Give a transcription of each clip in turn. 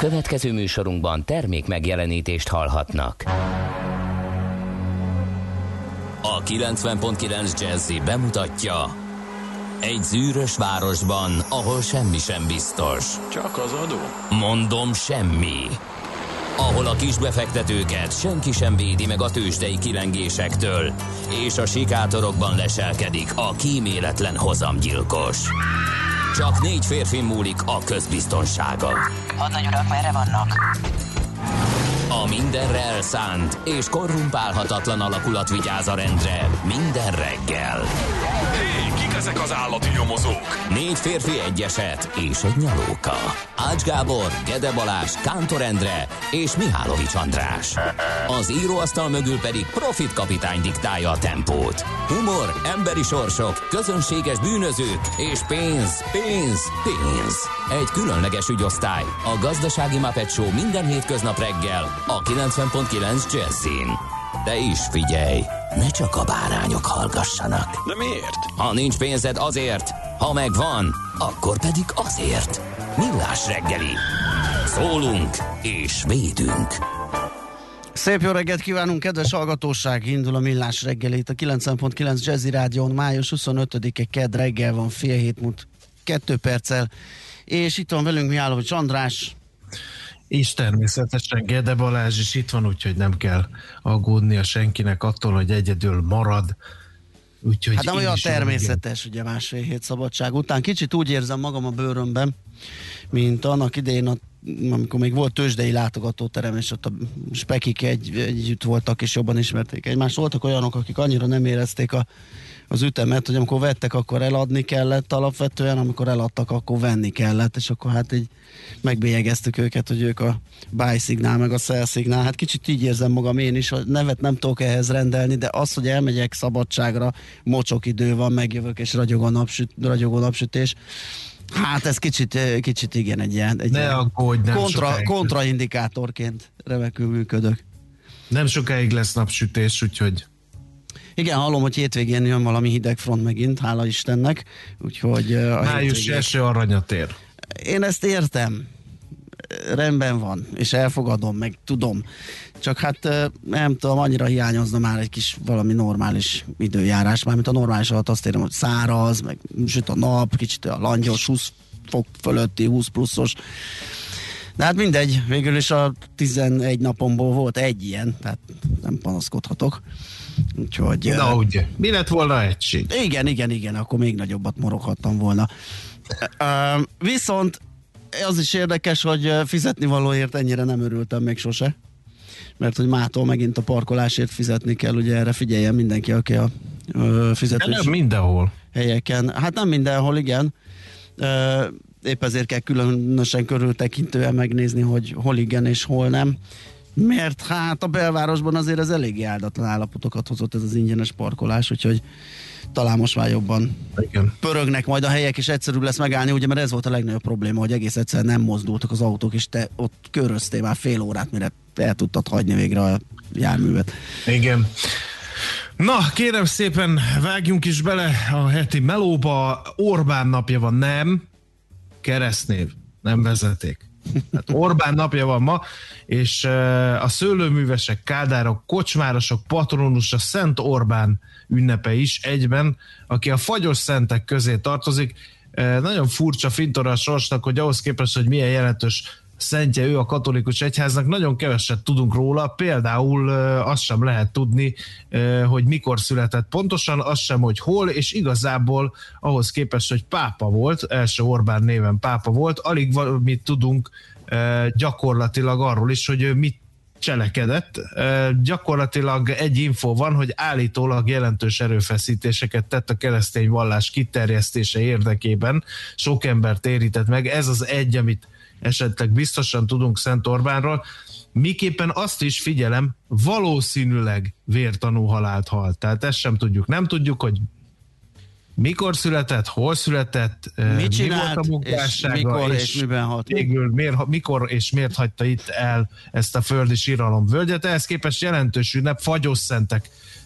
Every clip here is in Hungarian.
Következő műsorunkban termék megjelenítést hallhatnak. A 90.9 Jazzy bemutatja: egy zűrös városban, ahol semmi sem biztos. Csak az adó? Mondom, semmi. Ahol a kisbefektetőket senki sem védi meg a tőzsdei kilengésektől, és a sikátorokban leselkedik a kíméletlen hozamgyilkos. Csak 4 férfi múlik a közbiztonsága. Hadnagy urak, merre vannak? A mindenre elszánt és korrumpálhatatlan alakulat vigyáz a rendre minden reggel. Hé, kik ezek az állati nyomozók? 4 férfi, egy eset és egy nyalóka. Ács Gábor, Gede Balázs, Kántor Endre és Mihálovics András. Az íróasztal mögül pedig Profit kapitány diktálja a tempót. Humor, emberi sorsok, közönséges bűnözők és pénz, pénz, pénz. Egy különleges ügyosztály, a Gazdasági Muppet Show minden hétköznap reggel a 90.9 Jazzyn. De is figyelj, ne csak a bárányok hallgassanak. De miért? Ha nincs pénzed, azért, ha megvan, akkor pedig azért. Millás reggeli. Szólunk és védünk. Szép jó reggelt kívánunk, kedves hallgatóság! Indul a Millás reggeli itt a 90.9 Jazzy Rádión. Május 25-e kedd reggel van, fél hét múlt 2 perccel. És itt van velünk Mihálovics András. És természetesen Gede Balázs is itt van, úgyhogy nem kell aggódnia senkinek attól, hogy egyedül marad. Úgyhogy hát nem olyan természetes, ugye másfél hét szabadság után. Kicsit úgy érzem magam a bőrömben, mint annak idején, amikor még volt tőzsdei látogatóterem, és ott a spekik együtt voltak, és jobban ismerték egymást. Voltak olyanok, akik annyira nem érezték az ütemet, hogy amikor vettek, akkor eladni kellett alapvetően, amikor eladtak, akkor venni kellett, és akkor hát így megbélyegeztük őket, hogy ők a buy szignál, meg a sell szignál. Hát kicsit így érzem magam én is, a nevet nem tudok ehhez rendelni, de az, hogy elmegyek szabadságra, mocsok idő van, megjövök, és ragyogó napsütés, hát ez kicsit igen, egy ilyen kontraindikátorként remekül működök. Nem sokáig lesz napsütés, úgyhogy igen, hallom, hogy hétvégén jön valami hideg front megint, hála Istennek, úgyhogy május első aranyat ér. Én ezt értem, rendben van, és elfogadom, meg tudom, csak hát nem tudom, annyira hiányozna már egy kis valami normális időjárás, mármint a normális alatt azt érem, hogy száraz, meg süt a nap, kicsit a langyos, 20 fok fölötti, 20 pluszos. De hát mindegy, végül is a 11 napomból volt egy ilyen, tehát nem panaszkodhatok. Úgyhogy... Na ugye, mi lett volna egység? Igen, akkor még nagyobbat moroghattam volna. Viszont az is érdekes, hogy fizetni valóért ennyire nem örültem még sose, mert hogy mától megint a parkolásért fizetni kell, ugye erre figyeljen mindenki, aki a fizetős... De nem mindenhol. Helyeken. Hát nem mindenhol, igen. Épp ezért kell különösen körültekintően megnézni, hogy hol igen és hol nem. Mert hát a belvárosban azért ez eléggé áldatlan állapotokat hozott ez az ingyenes parkolás, úgyhogy talán most már jobban pörögnek majd a helyek, és egyszerűbb lesz megállni, ugye, mert ez volt a legnagyobb probléma, hogy egész egyszerűen nem mozdultak az autók, és te ott köröztél már fél órát, mire el tudtad hagyni végre a járművet. Igen. Na, kérem szépen, vágjunk is bele a heti melóba. Orbán napja van, nem keresztnév, nem vezeték. Hát Orbán napja van ma, és a szőlőművesek, kádárok, kocsmárosok patronusa Szent Orbán ünnepe is egyben, aki a fagyos szentek közé tartozik. Nagyon furcsa fintora a sorsnak, hogy ahhoz képest, hogy milyen jelentős szentje ő a katolikus egyháznak, nagyon keveset tudunk róla, például azt sem lehet tudni, hogy mikor született pontosan, azt sem, hogy hol, és igazából ahhoz képest, hogy pápa volt, első Orbán néven pápa volt, alig valamit tudunk gyakorlatilag arról is, hogy ő mit cselekedett. Gyakorlatilag egy info van, hogy állítólag jelentős erőfeszítéseket tett a keresztény vallás kiterjesztése érdekében, sok embert érintett meg, ez az egy, amit esetleg biztosan tudunk Szent Orbánról. Miképpen azt is figyelem, valószínűleg vértanú halált halt. Tehát ezt sem tudjuk. Nem tudjuk, hogy mikor született, hol született, mit csinált, mi volt a munkássága, és miben halt. Végül mikor és miért hagyta itt el ezt a földi síralom völgyet. Ehhez képest jelentős ünnep, fagyos szentek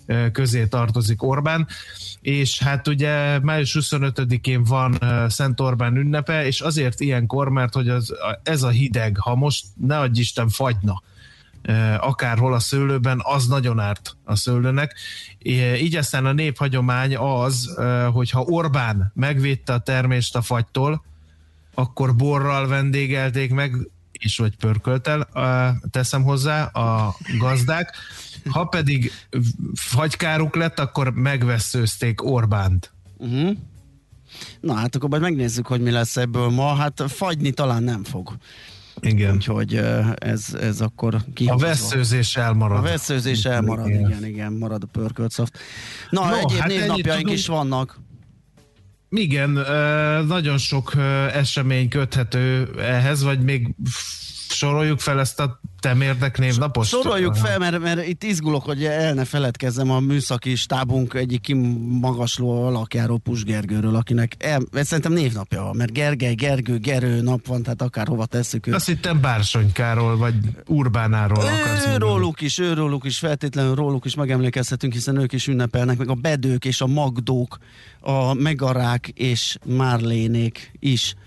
közé tartozik Orbán, és hát ugye május 25-én van Szent Orbán ünnepe, és azért ilyenkor, mert hogy ez a hideg, ha most ne adj Isten fagyna akárhol a szőlőben, az nagyon árt a szőlőnek. Így aztán a néphagyomány az, hogyha Orbán megvédte a termést a fagytól, akkor borral vendégelték meg, és vagy pörköltel, teszem hozzá, a gazdák. Ha pedig fagykáruk lett, akkor megvesszőzték Orbánt. Uh-huh. Na hát akkor majd megnézzük, hogy mi lesz ebből ma. Hát fagyni talán nem fog. Igen. Úgyhogy ez akkor kihozva. A vesszőzés elmarad. A vesszőzés elmarad, igen, marad a pörkölt szaft. Na, egyéb hát névnapjaink is vannak. Igen, nagyon sok esemény köthető ehhez, vagy még soroljuk fel ezt a Temérdek névnapot? Soroljuk fel, mert itt izgulok, hogy el ne feledkezzem a műszaki stábunk egyik kimagasló alakjáról, Pus Gergőről, akinek szerintem névnapja van, mert Gergő, Gerő nap van, tehát akárhova tesszük őt. Azt hittem Bársonykáról, vagy Urbánáról akarsz Őróluk is, feltétlenül róluk is megemlékezhetünk, hiszen ők is ünnepelnek, meg a Bedők és a Magdók, a Megarák és Márlénék is.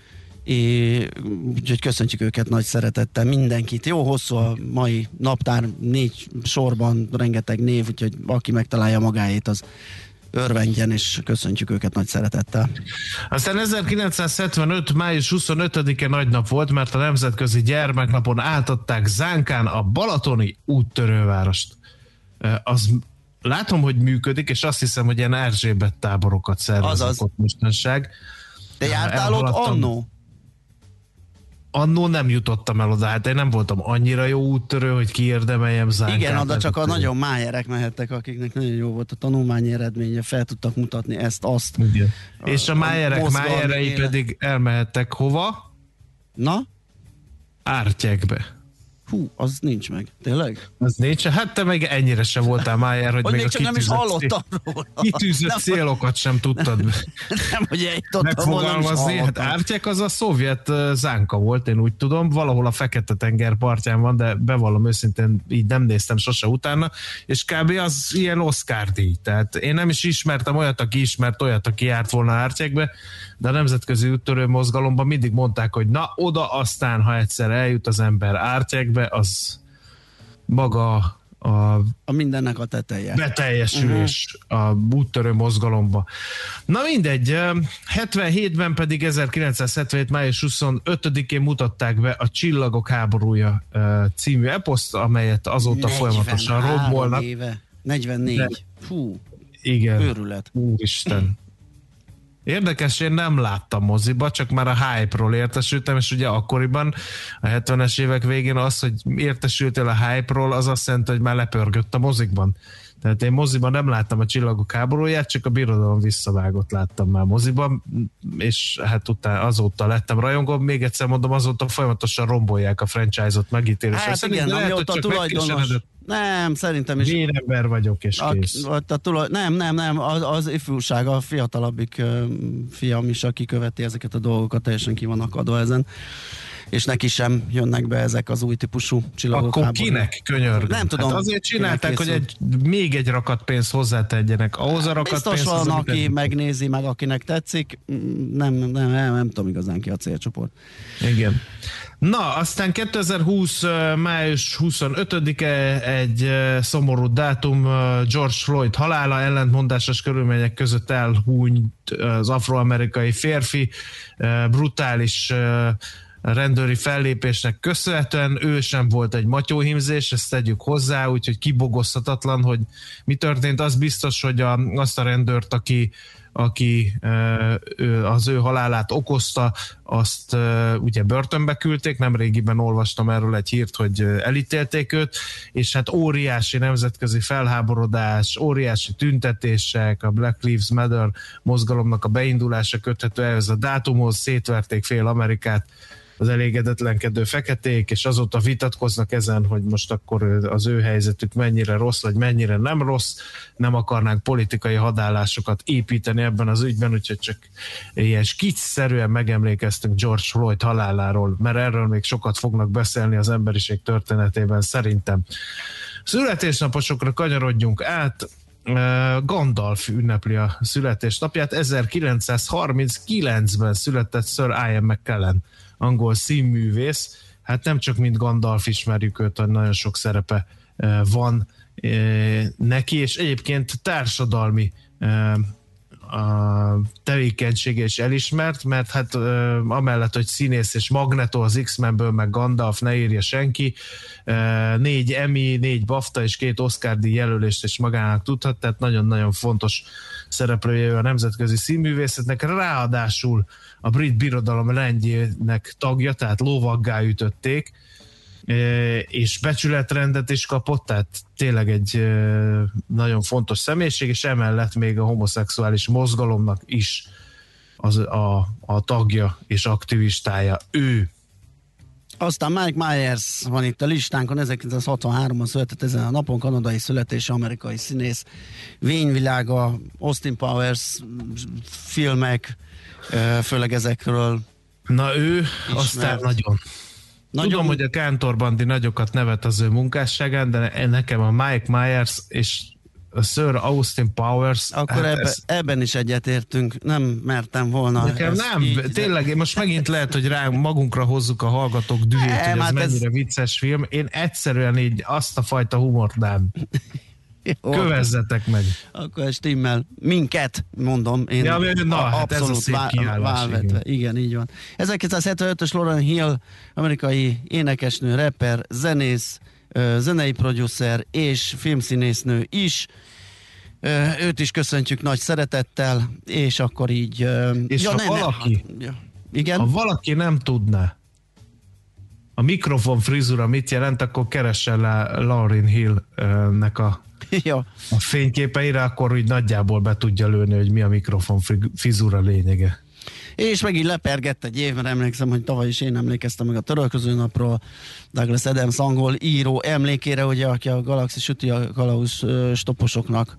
Úgyhogy köszöntjük őket nagy szeretettel, mindenkit. Jó hosszú a mai naptár, 4 sorban, rengeteg név, úgyhogy aki megtalálja magáét, az örvendjen, és köszöntjük őket nagy szeretettel. Aztán 1975. május 25-e nagy nap volt, mert a Nemzetközi Gyermeknapon átadták Zánkán a balatoni úttörővárost. Az látom, hogy működik, és azt hiszem, hogy ilyen Erzsébet táborokat szerveznek ott mostanság. Te jártál ott annó? Annó nem jutottam el oda, hát én nem voltam annyira jó úttörő, hogy kiérdemeljem Zánkát. Igen, oda csak a nagyon májerek mehettek, akiknek nagyon jó volt a tanulmányi eredménye, fel tudtak mutatni ezt, azt. Igen. És a májerei pedig elmehettek hova? Na? Ártyekbe. Hú, az nincs meg. Tényleg? Az nincs. Hát te meg ennyire se voltál májer, hogy még csak nem is hallottam róla. Kitűzött célokat sem tudtad nem, hogy eljutottam, megfogalmazni. Hát Ártyek az a szovjet Zánka volt, én úgy tudom. Valahol a Fekete-tenger partján van, de bevallom őszintén, így nem néztem sose utána, és kb. Az ilyen Oscar-díj. Tehát én nem is ismertem olyat, aki ismert olyat, aki járt volna Ártyekbe, de a nemzetközi úttörő mozgalomban mindig mondták, hogy na, oda aztán, ha egyszer eljut az ember Ártyekbe, az maga a mindennek a teteje. Beteljesülés a úttörő mozgalomba. Na mindegy, 77-ben pedig 1977. május 25-én mutatták be a Csillagok háborúja című eposzt, amelyet azóta folyamatosan rombolnak. 44. Fú, igen. Őrület. Úristen. Érdekes, én nem láttam moziba, csak már a hype-ról értesültem, és ugye akkoriban a 70-es évek végén az, hogy értesültél a hype-ról, az azt jelenti, hogy már lepörgött a mozikban. Tehát én moziban nem láttam a Csillagok háborúját, csak a Birodalom visszavágott láttam már moziban, és hát utána azóta lettem rajongó. Még egyszer mondom, azóta folyamatosan rombolják a franchise-ot megítélésre. Hát igen, amióta a tulajdonos. Nem, szerintem is. Vénember vagyok, és kész. Nem, az ifjúság, a fiatalabbik fiam is, aki követi ezeket a dolgokat, teljesen ki van akadva ezen. És neki sem jönnek be ezek az új típusú Csillagok háború. Akkor kinek könyörgöm? Nem tudom. Hát azért csinálták, hogy még egy rakat pénzt hozzátegyenek. Ahhoz a rakat biztos pénzt, van, aki megnézi, meg akinek tetszik. Nem tudom igazán ki a célcsoport. Igen. Na, aztán 2020. május 25-e egy szomorú dátum, George Floyd halála, ellentmondásos körülmények között elhunyt az afroamerikai férfi, brutális rendőri fellépésnek köszönhetően. Ő sem volt egy matyóhímzés, ezt tegyük hozzá, úgyhogy kibogozhatatlan, hogy mi történt. Az biztos, hogy azt a rendőrt, aki az ő halálát okozta, azt ugye börtönbe küldték, nemrégiben olvastam erről egy hírt, hogy elítélték őt, és hát óriási nemzetközi felháborodás, óriási tüntetések, a Black Lives Matter mozgalomnak a beindulása köthető ehhez a dátumhoz, szétverték fél Amerikát az elégedetlenkedő feketék, és azóta vitatkoznak ezen, hogy most akkor az ő helyzetük mennyire rossz, vagy mennyire nem rossz. Nem akarnánk politikai hadállásokat építeni ebben az ügyben, úgyhogy csak ilyen skicszerűen megemlékeztünk George Floyd haláláról, mert erről még sokat fognak beszélni az emberiség történetében szerintem. Születésnaposokra kanyarodjunk át. Gandalf ünnepli a születésnapját. 1939-ben született Sir Ian McKellen, angol színművész. Hát nem csak mint Gandalf ismerjük őt, hogy nagyon sok szerepe van neki, és egyébként társadalmi a tevékenysége is elismert, mert hát amellett, hogy színész és Magneto az X-Menből, meg Gandalf, ne írja senki, 4 Emmy, 4 BAFTA és 2 Oscar-díj jelölést is magának tudhat, tehát nagyon-nagyon fontos szereplője a nemzetközi színművészetnek, ráadásul a brit birodalom rendjének tagja, tehát lovaggá ütötték, és becsületrendet is kapott, tehát tényleg egy nagyon fontos személyiség, és emellett még a homoszexuális mozgalomnak is a tagja és aktivistája ő. Aztán Mike Myers van itt a listánkon, 1963-ban született ezen a napon, kanadai születésű amerikai színész, vényvilága, Austin Powers filmek, főleg ezekről. Na ő ismert. Aztán nagyon. Tudom, hogy a Kántor Bandi nagyokat nevet az ő munkásságán, de nekem a Mike Myers és a Sir Austin Powers... Akkor hát ebben is egyetértünk, nem mertem volna. Nekem nem, így, tényleg, én most megint lehet, hogy magunkra hozzuk a hallgatók dühét, hogy ez mennyire vicces film. Én egyszerűen így azt a fajta humort nem. Kövezzetek meg. Akkor stimmel. Minket, mondom. Én hát ez a szép válvetve. Igen, így van. 1975-ös Lauryn Hill, amerikai énekesnő, rapper, zenész, zenei producer és filmszínésznő is. Őt is köszöntjük nagy szeretettel, és akkor így... És igen? Ha valaki nem tudná a mikrofon frizura mit jelent, akkor keressen le Lauryn Hill-nek a fényképeire, akkor úgy nagyjából be tudja lőni, hogy mi a mikrofon frizura lényege. És megint lepergett egy év, mert emlékszem, hogy tavaly is én emlékeztem meg a Törölköző napról, Douglas Adams angol író emlékére, ugye, aki a Galaxis Süti a Kalauz stoposoknak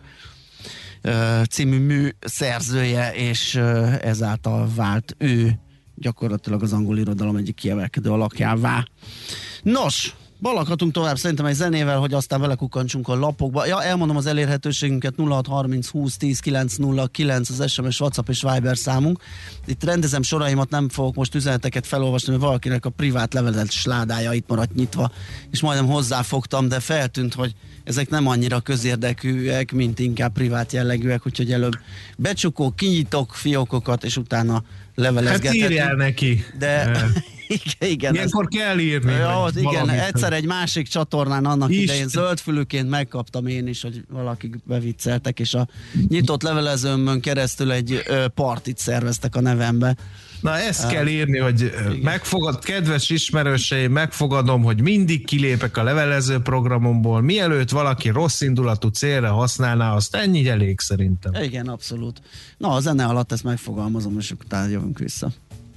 című mű szerzője, és ezáltal vált ő gyakorlatilag az angol irodalom egyik kiemelkedő alakjává. Nos, balakhatunk tovább szerintem egy zenével, hogy aztán belekukkantsunk a lapokba. Ja, elmondom az elérhetőségünket, 0630 20 10 909 az SMS, WhatsApp és Viber számunk. Itt rendezem soraimat, nem fogok most üzeneteket felolvasni, mert valakinek a privát leveles ládája itt maradt nyitva, és majdnem hozzáfogtam, de feltűnt, hogy ezek nem annyira közérdekűek, mint inkább privát jellegűek, úgyhogy előbb becsukok, kinyitok fiókokat, és utána levelezgetek. Hát írjál neki. De... igen. Ilyenkor kell írni. Ja, igen, egyszer egy másik csatornán annak idején zöldfülűként megkaptam én is, hogy valakik bevicceltek, és a nyitott levelezőmön keresztül egy partit szerveztek a nevembe. Na ezt kell írni, hogy kedves ismerőseim, megfogadom, hogy mindig kilépek a levelező programomból, mielőtt valaki rossz indulatú célra használná, azt ennyi elég szerintem. Igen, abszolút. Na, a zene alatt ezt megfogalmazom, és utána jövünk vissza.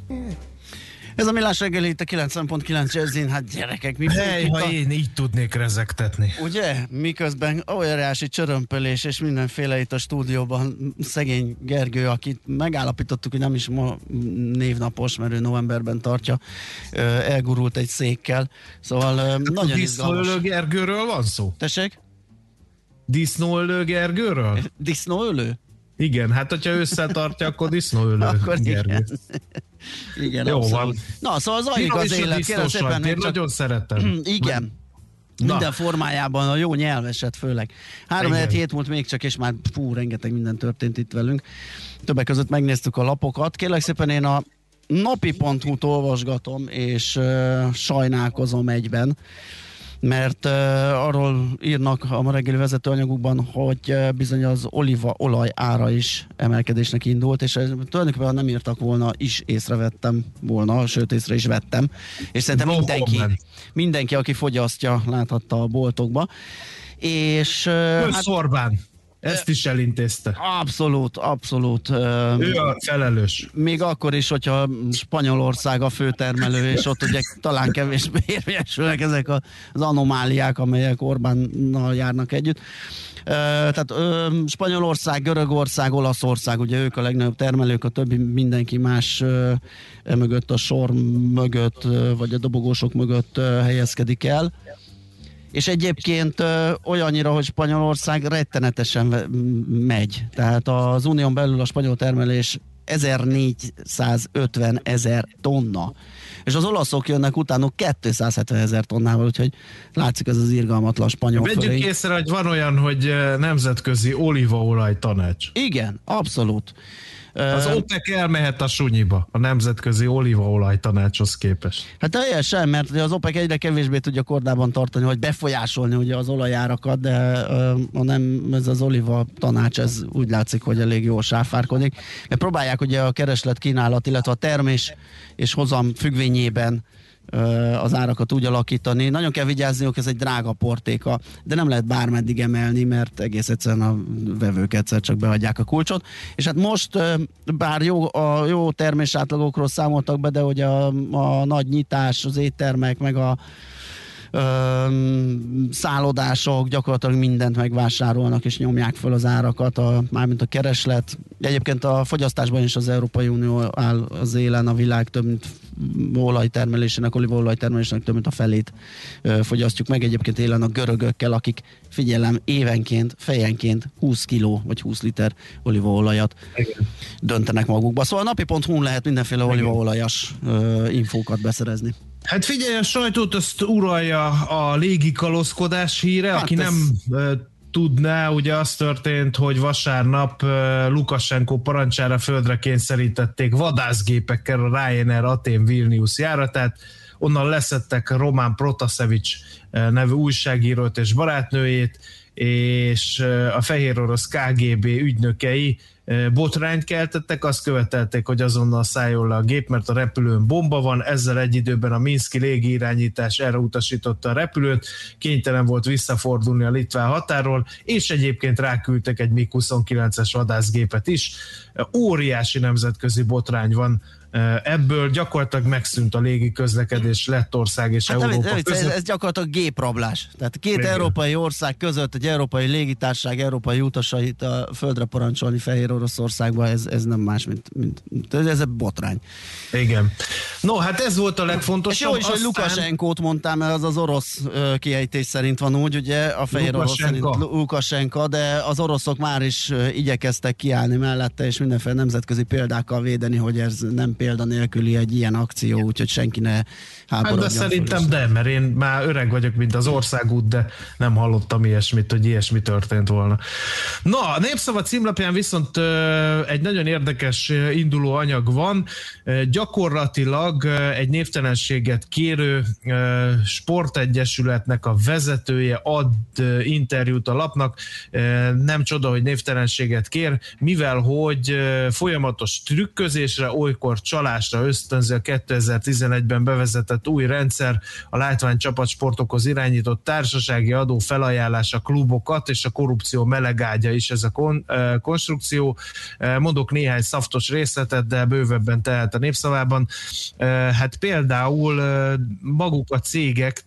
Ez a Millás reggeli itt a 90.9 Jazzin, hát gyerekek, mi ha én így tudnék rezegtetni. Ugye? Miközben óriási csörömpölés és mindenféle itt a stúdióban szegény Gergő, akit megállapítottuk, hogy nem is ma névnapos, mert ő novemberben tartja, elgurult egy székkel. Szóval nagyon izgalmas. Disznóölő Gergőről van szó? Tessék? Disznóölő Gergőről? Disznóölő? Igen, hát hogyha összetartja, akkor disznóölő Gergő. Igen, jó abszolút. van. Na, szóval zajlik az élet. Kérem szépen, én nagyon szeretem. Igen. Minden formájában, a jó nyelveset főleg. 3-4 hét múlt még csak, és már rengeteg minden történt itt velünk. Többek között megnéztük a lapokat. Kérlek szépen, én a napi.hu-t olvasgatom, és sajnálkozom egyben, mert arról írnak a ma reggeli vezetőanyagukban, hogy bizony az olívaolaj ára is emelkedésnek indult, és tulajdonképpen nem írtak volna, is észrevettem volna, sőt észre is vettem, és szerintem mindenki, aki fogyasztja, láthatta a boltokba. És Orbán ezt is elintézte. Abszolút. Ő a felelős. Még akkor is, hogyha Spanyolország a főtermelő, és ott ugye talán kevésbé érvényesülnek ezek az anomáliák, amelyek Orbánnal járnak együtt. Tehát Spanyolország, Görögország, Olaszország, ugye ők a legnagyobb termelők, a többi mindenki más mögött, a sor mögött, vagy a dobogósok mögött helyezkedik el. És egyébként olyannyira, hogy Spanyolország rettenetesen megy. Tehát az unión belül a spanyol termelés 1450 000 tonna. És az olaszok jönnek utánuk 270 000 tonnával, úgyhogy látszik ez az irgalmatlan spanyol fölény. Vegyük észre, hogy van olyan, hogy nemzetközi olívaolaj tanács. Igen, abszolút. Az OPEC elmehet a sunyiba a nemzetközi olívaolaj tanácshoz képest. Hát teljesen, mert az OPEC egyre kevésbé tudja kordában tartani, vagy befolyásolni ugye az olajárakat, de ez az oliva tanács, ez úgy látszik, hogy elég jól sáfárkodik. Mert próbálják ugye a kereslet kínálat, illetve a termés és hozam függvényében az árakat úgy alakítani. Nagyon kell vigyázniuk, ez egy drága portéka, de nem lehet bármeddig emelni, mert egész egyszerűen a vevők egyszer csak beadják a kulcsot. És hát most, bár jó termésátlagokról számoltak be, de hogy a nagy nyitás, az éttermek, meg a szállodások gyakorlatilag mindent megvásárolnak és nyomják fel az árakat, mármint a kereslet. Egyébként a fogyasztásban is az Európai Unió áll az élen, a világ több mint olajtermelésének, olívaolajtermelésének több mint a felét fogyasztjuk meg. Egyébként élen a görögökkel, akik figyelem évenként, fejenként 20 kiló vagy 20 liter olívaolajat döntenek magukba. Szóval napi.hu-n lehet mindenféle olívaolajas infókat beszerezni. Hát figyelj, a sajtót azt uralja a légikalózkodás híre, hát aki nem tudná, ugye az történt, hogy vasárnap Lukasenko parancsára földre kényszerítették vadászgépekkel a Ryanair Atén-Vilnius járatát, onnan leszettek Roman Protasevich nevű újságírót és barátnőjét, és a fehér orosz KGB ügynökei botrányt keltettek, azt követelték, hogy azonnal szálljon le a gép, mert a repülőn bomba van, ezzel egy időben a minszki légirányítás erre utasította a repülőt, kénytelen volt visszafordulni a litván határól, és egyébként ráküldtek egy MiG-29-es vadászgépet is. Óriási nemzetközi botrány van ebből, gyakorlatilag megszűnt a légi közlekedés Lettország és Európa között. Ez gyakorlatilag géprablás. Tehát két európai ország között egy európai légitársaság európai utasait a földre parancsolni Fehér Oroszországba, ez nem más, mint ez egy botrány. Igen. No, hát ez volt a legfontosabb. És jó is, hogy Lukasenkót mondtam, mert az orosz kiejtés szerint van úgy, ugye a fehér orosz szerint Lukasenka, de az oroszok már is igyekeztek kiállni mellette, és mindenféle nemzetközi példákkal védeni, hogy ez nem példa nélküli egy ilyen akció, úgyhogy senki ne háborodjon. Hát de szerintem mert én már öreg vagyok, mint az országút, de nem hallottam ilyesmit, hogy ilyesmi történt volna. Na, a Népszava címlapján viszont egy nagyon érdekes induló anyag van. Gyakorlatilag egy névtelenséget kérő sportegyesületnek a vezetője ad interjút a lapnak. Nem csoda, hogy névtelenséget kér, mivel hogy folyamatos trükközésre, olykor csalásra ösztönzi a 2011-ben bevezetett új rendszer, a látványcsapatsportokhoz irányított társasági adó felajánlás a klubokat, és a korrupció melegágya is ez a konstrukció. Mondok néhány szaftos részletet, de bővebben tehet a Népszavában. Hát például maguk a cégek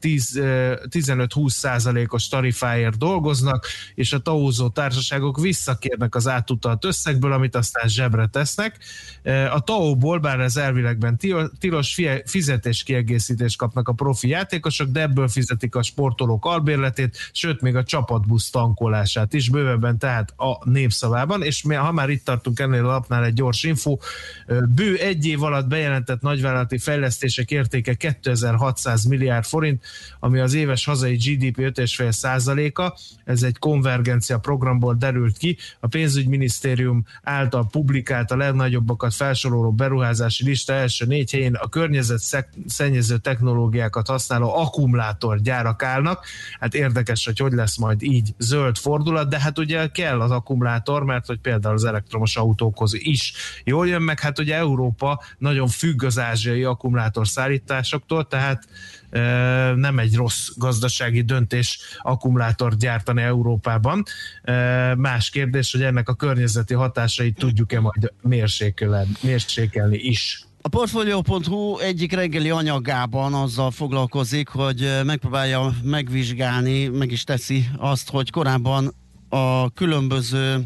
15-20%-os tarifáért dolgoznak, és a TAO-zó társaságok visszakérnek az átutalt összegből, amit aztán zsebre tesznek. A TAO-ból, bár ez elvilegben tilos, fizetéskiegészítést kapnak a profi játékosok, de ebből fizetik a sportolók albérletét, sőt még a csapatbusz tankolását is, bővebben tehát a Népszavában, és ha már itt tartunk ennél a lapnál, egy gyors info, bő egy év alatt bejelentett nagyvállalati fejlesztések értéke 2600 milliárd forint, ami az éves hazai GDP 5,5%-a, ez egy konvergencia programból derült ki, a pénzügyminisztérium által publikált a legnagyobbakat felsoroló beruházási lista első 4 helyén a környezetszennyező technológiákat használó akkumulátorgyárak állnak. Hát érdekes, hogy lesz majd így zöld fordulat, de hát ugye kell az akkumulátor, mert hogy például az elektromos autókhoz is jól jön, meg hát ugye Európa nagyon függ az ázsiai akkumulátorszállításoktól, tehát nem egy rossz gazdasági döntés akkumulátort gyártani Európában. Más kérdés, hogy ennek a környezeti hatásait tudjuk-e majd mérsékelni is. A Portfolio.hu egyik reggeli anyagában azzal foglalkozik, hogy megpróbálja megvizsgálni, meg is teszi azt, hogy korábban a különböző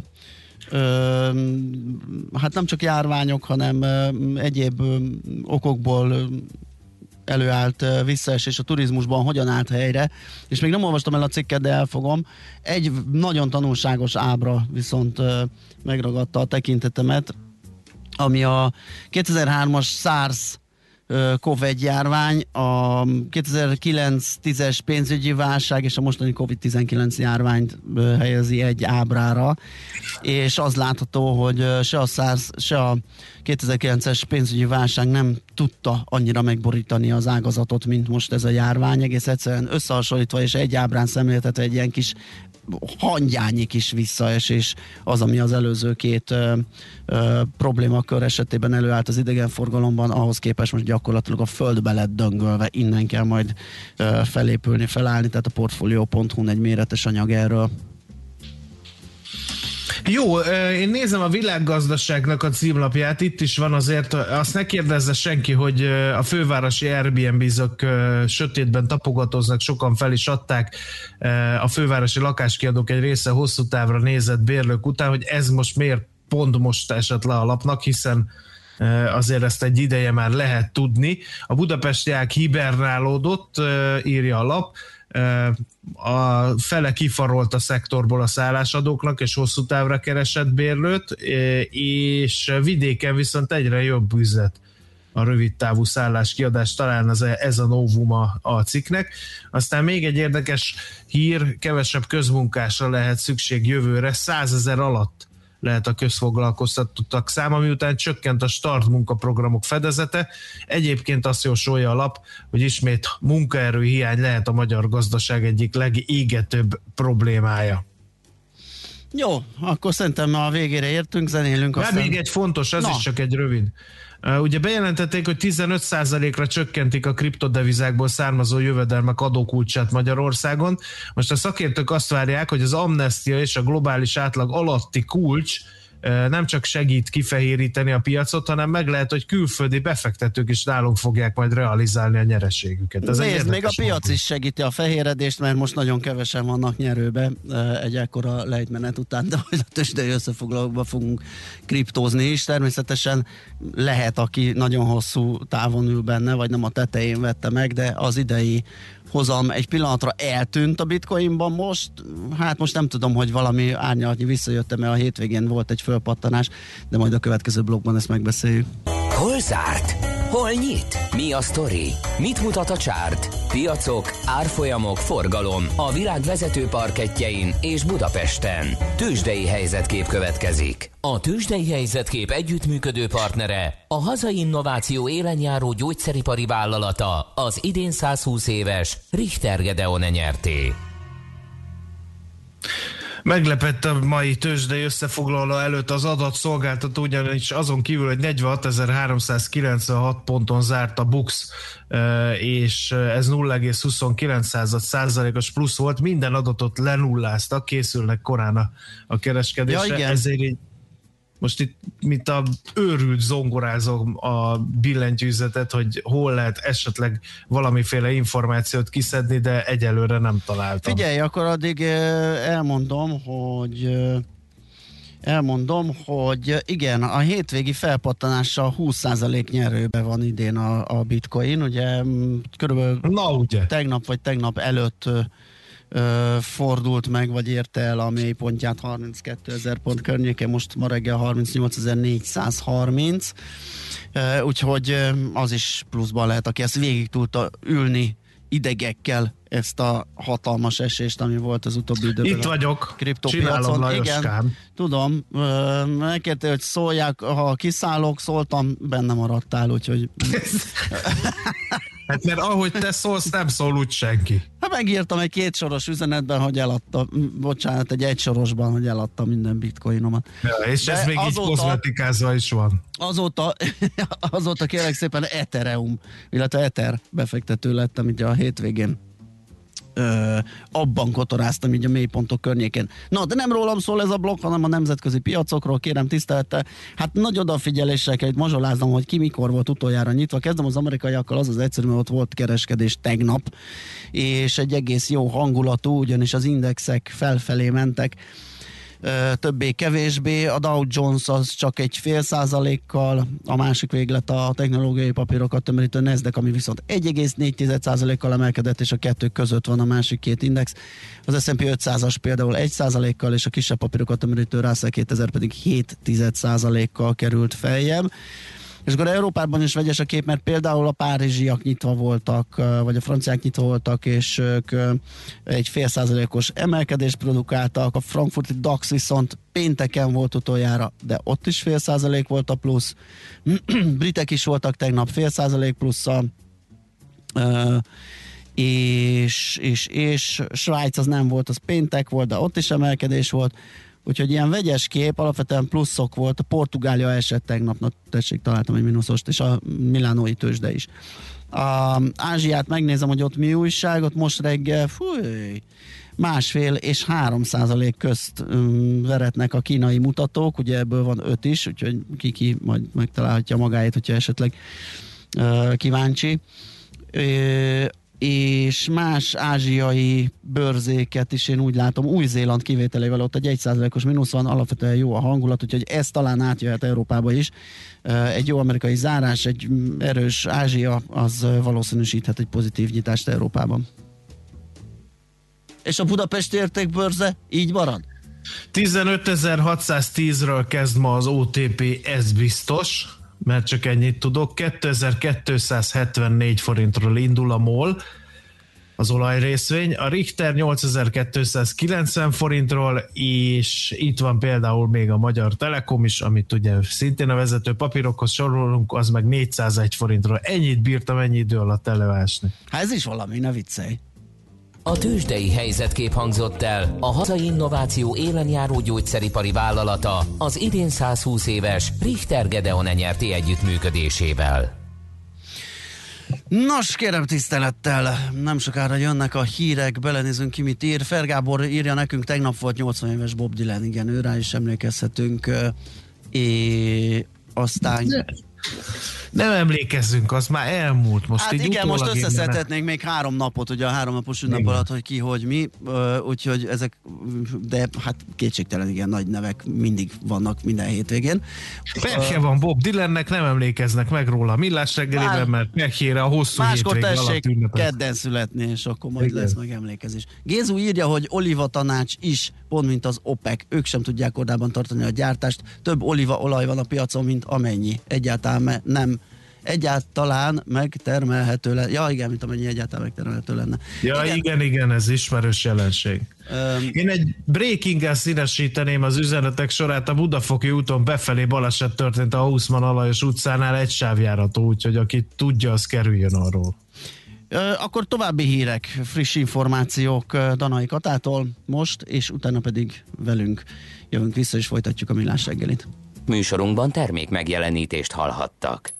hát nem csak járványok, hanem egyéb okokból előállt visszaesés a turizmusban, hogyan állt helyre, és még nem olvastam el a cikket, de elfogom. Egy nagyon tanulságos ábra viszont megragadta a tekintetemet, ami a 2003-as SARS COVID járvány, a 2009-10-es pénzügyi válság és a mostani COVID-19 járványt helyezi egy ábrára, és az látható, hogy se a SARS, se a 2009-es pénzügyi válság nem tudta annyira megborítani az ágazatot, mint most ez a járvány. Egész egyszerűen összehasonlítva és egy ábrán szemléltetve egy ilyen kis hangyányi kis visszaesés az, ami az előző két problémakör esetében előállt az idegenforgalomban, ahhoz képest most gyakorlatilag a földbe lett döngölve, innen kell majd felépülni, felállni, tehát a Portfolio.hu-n egy méretes anyag erről. Jó, én nézem a Világgazdaságnak a címlapját, itt is van azért, azt ne kérdezze senki, hogy a fővárosi Airbnb-zök sötétben tapogatóznak, sokan fel is adták, a fővárosi lakáskiadók egy része hosszú távra nézett bérlők után, hogy ez most miért pont most esett le a lapnak, hiszen azért ezt egy ideje már lehet tudni. A budapestiák hibernálódott, írja a lap, a fele kifarolt a szektorból a szállásadóknak, és hosszú távra keresett bérlőt, és vidéken viszont egyre jobb üzlet a rövidtávú szálláskiadás, talán ez a novum a cikknek. Aztán még egy érdekes hír, kevesebb közmunkásra lehet szükség jövőre, 100 000 alatt lehet a közfoglalkoztatottak száma, miután csökkent a start munkaprogramok fedezete. Egyébként azt jósolja a lap, hogy ismét munkaerőhiány lehet a magyar gazdaság egyik legégetőbb problémája. Jó, akkor szerintem a végére értünk, zenélünk. Aztán... még egy fontos, ez is csak egy rövid. Ugye bejelentették, hogy 15%-ra csökkentik a kriptodevizákból származó jövedelmek adókulcsát Magyarországon. Most a szakértők azt várják, hogy az amnestia és a globális átlag alatti kulcs nem csak segít kifehéríteni a piacot, hanem meg lehet, hogy külföldi befektetők is nálunk fogják majd realizálni a nyereségüket. Nézd, még a piac is segíti a fehéredést, mert most nagyon kevesen vannak nyerőbe egy ekkora lejtmenet után, de hogy a tőzsdei összefoglalókban fogunk kriptózni is. Természetesen lehet, aki nagyon hosszú távon ül benne, vagy nem a tetején vette meg, de az idei hozam egy pillanatra eltűnt a bitcoinban most. Hát most nem tudom, hogy valami árnyalatnyi visszajöttem, mert a hétvégén volt egy fölpattanás, de majd a következő blogban ezt megbeszéljük. Hol zárt? Hol nyit? Mi a sztori? Mit mutat a csárt? Piacok, árfolyamok, forgalom a világ vezető parkettjein és Budapesten. Tőzsdei helyzetkép következik. A Tőzsdei helyzetkép együttműködő partnere, a hazai innováció élenjáró gyógyszeripari vállalata, az idén 120 éves Richter Gedeon nyerté. Meglepett a mai tőzsdei összefoglaló előtt az adatszolgáltató, ugyanis azon kívül, hogy 46.396 ponton zárt a BUX, és ez 0,29%-os plusz volt, minden adatot lenulláztak, készülnek korán a kereskedésre, ja, ezért így most itt, mint a őrült zongorázom a billentyűzetet, hogy hol lehet esetleg valamiféle információt kiszedni, de egyelőre nem találtam. Figyelj, akkor addig elmondom, hogy igen, a hétvégi felpattanással 20% nyerőbe van idén a bitcoin, ugye körülbelül tegnap vagy tegnap előtt fordult meg, vagy érte el a mélypontját 32 000 pont környéke, most ma reggel 38.430, úgyhogy az is pluszban lehet, aki ezt végig tudta ülni idegekkel, ezt a hatalmas esést, ami volt az utóbbi időben. Itt vagyok, csinálom, igen, tudom, megkérte, hogy szólják, ha kiszállok, szóltam, benne maradtál, úgyhogy... Hát mert ahogy te szólsz, nem szól úgy senki. Hát megírtam egy 2 soros üzenetben, hogy eladta, bocsánat, egy sorosban, hogy eladta minden bitcoinomat. Ja, és ez még azóta, így kozmetikázva is van. Azóta kérlek szépen Ethereum, illetve Ether befektető lettem így a hétvégén. Abban kotoráztam így a mélypontok környékén. Na, de nem rólam szól ez a blog, hanem a nemzetközi piacokról, kérem tisztelettel. Hát nagy odafigyeléssel kell itt mazsoláznom, hogy ki mikor volt utoljára nyitva. Kezdem az amerikaiakkal, az egyszerű, mert ott volt kereskedés tegnap, és egy egész jó hangulatú, ugyanis az indexek felfelé mentek. többé-kevésbé, a Dow Jones az csak egy 0,5%-kal, a másik véglet a technológiai papírokat tömörítő Nasdaq, ami viszont 1,4%-kal emelkedett, és a kettő között van a másik két index. Az S&P 500-as például 1%-kal, és a kisebb papírokat tömörítő Russell 2000 pedig 0,7%-kal került feljebb. És akkor Európában is vegyes a kép, mert például a párizsiak nyitva voltak, vagy a franciák nyitva voltak, és ők egy 0,5%-os emelkedést produkáltak, a frankfurti DAX viszont pénteken volt utoljára, de ott is 0,5% volt a plusz. Britek is voltak tegnap 0,5% plusszal, és Svájc az nem volt, az péntek volt, de ott is emelkedés volt. Úgyhogy ilyen vegyes kép, alapvetően pluszok volt, a Portugália esett tegnap, tessék, találtam egy mínuszost, és a milánói tőzsde is. Ázsiát megnézem, hogy ott mi újság, ott most reggel 1,5 és 3% közt veretnek a kínai mutatók, ugye ebből van 5 is, úgyhogy ki majd megtalálhatja magáét, hogyha esetleg kíváncsi. És más ázsiai bőrzéket is én úgy látom, Új-Zéland kivételével ott egy 1%-os mínusz van, alapvetően jó a hangulat, úgyhogy ez talán átjöhet Európába is. Egy jó amerikai zárás, egy erős Ázsia, az valószínűsíthet egy pozitív nyitást Európában. És a budapesti értékbőrze így marad? 15.610-ről kezd ma az OTP, ez biztos, mert csak ennyit tudok. 2274 forintról indul a MOL, az olajrészvény, a Richter 8290 forintról, és itt van például még a Magyar Telekom is, amit ugye szintén a vezető papírokhoz sorolunk, az meg 401 forintról. Ennyit bírtam ennyi idő alatt előásni. Hát ez is valami, ne viccelj. A tőzsdei helyzetkép hangzott el a hazai innováció élenjáró gyógyszeripari vállalata az idén 120 éves Richter Gedeon nyerti együttműködésével. Nos, kérem tisztelettel, nem sokára jönnek a hírek, belenézünk ki, mit ír. Fergábor írja nekünk, tegnap volt 80 éves Bob Dylan, igen, ő rá is emlékezhetünk, aztán... Nem emlékezzünk, az már elmúlt. Most hát igen, most összeszedhetnénk még 3 napot, ugye a 3 napos ünnep alatt, hogy ki, hogy mi, úgyhogy ezek, de hát kétségtelen, igen, nagy nevek mindig vannak minden hétvégén. Pekje van Bob Dylannek, nem emlékeznek meg róla a Millás reggelében, mert pekjére a hosszú hétvége alatt ünnepel. Kedden születni, és akkor majd igen, lesz meg emlékezés. Gézu írja, hogy olívatanács is, pont mint az OPEC, ők sem tudják kordában tartani a gyártást, több olívaolaj van a piacon, mint amennyi. Egyáltalán megtermelhető lenne. Ja, igen, mint amennyi egyáltalán megtermelhető lenne. Ja, igen, ez ismerős jelenség. Én egy breaking-gel színesíteném az üzenetek sorát. A Budafoki úton befelé baleset történt a Haussmann Alajos utcánál, egy sávjárató, úgyhogy aki tudja, az kerüljön arról. Akkor további hírek, friss információk Danai Katától most, és utána pedig velünk jövünk vissza, és folytatjuk a Millás reggelit. Műsorunkban termék megjelenítést hallhattak.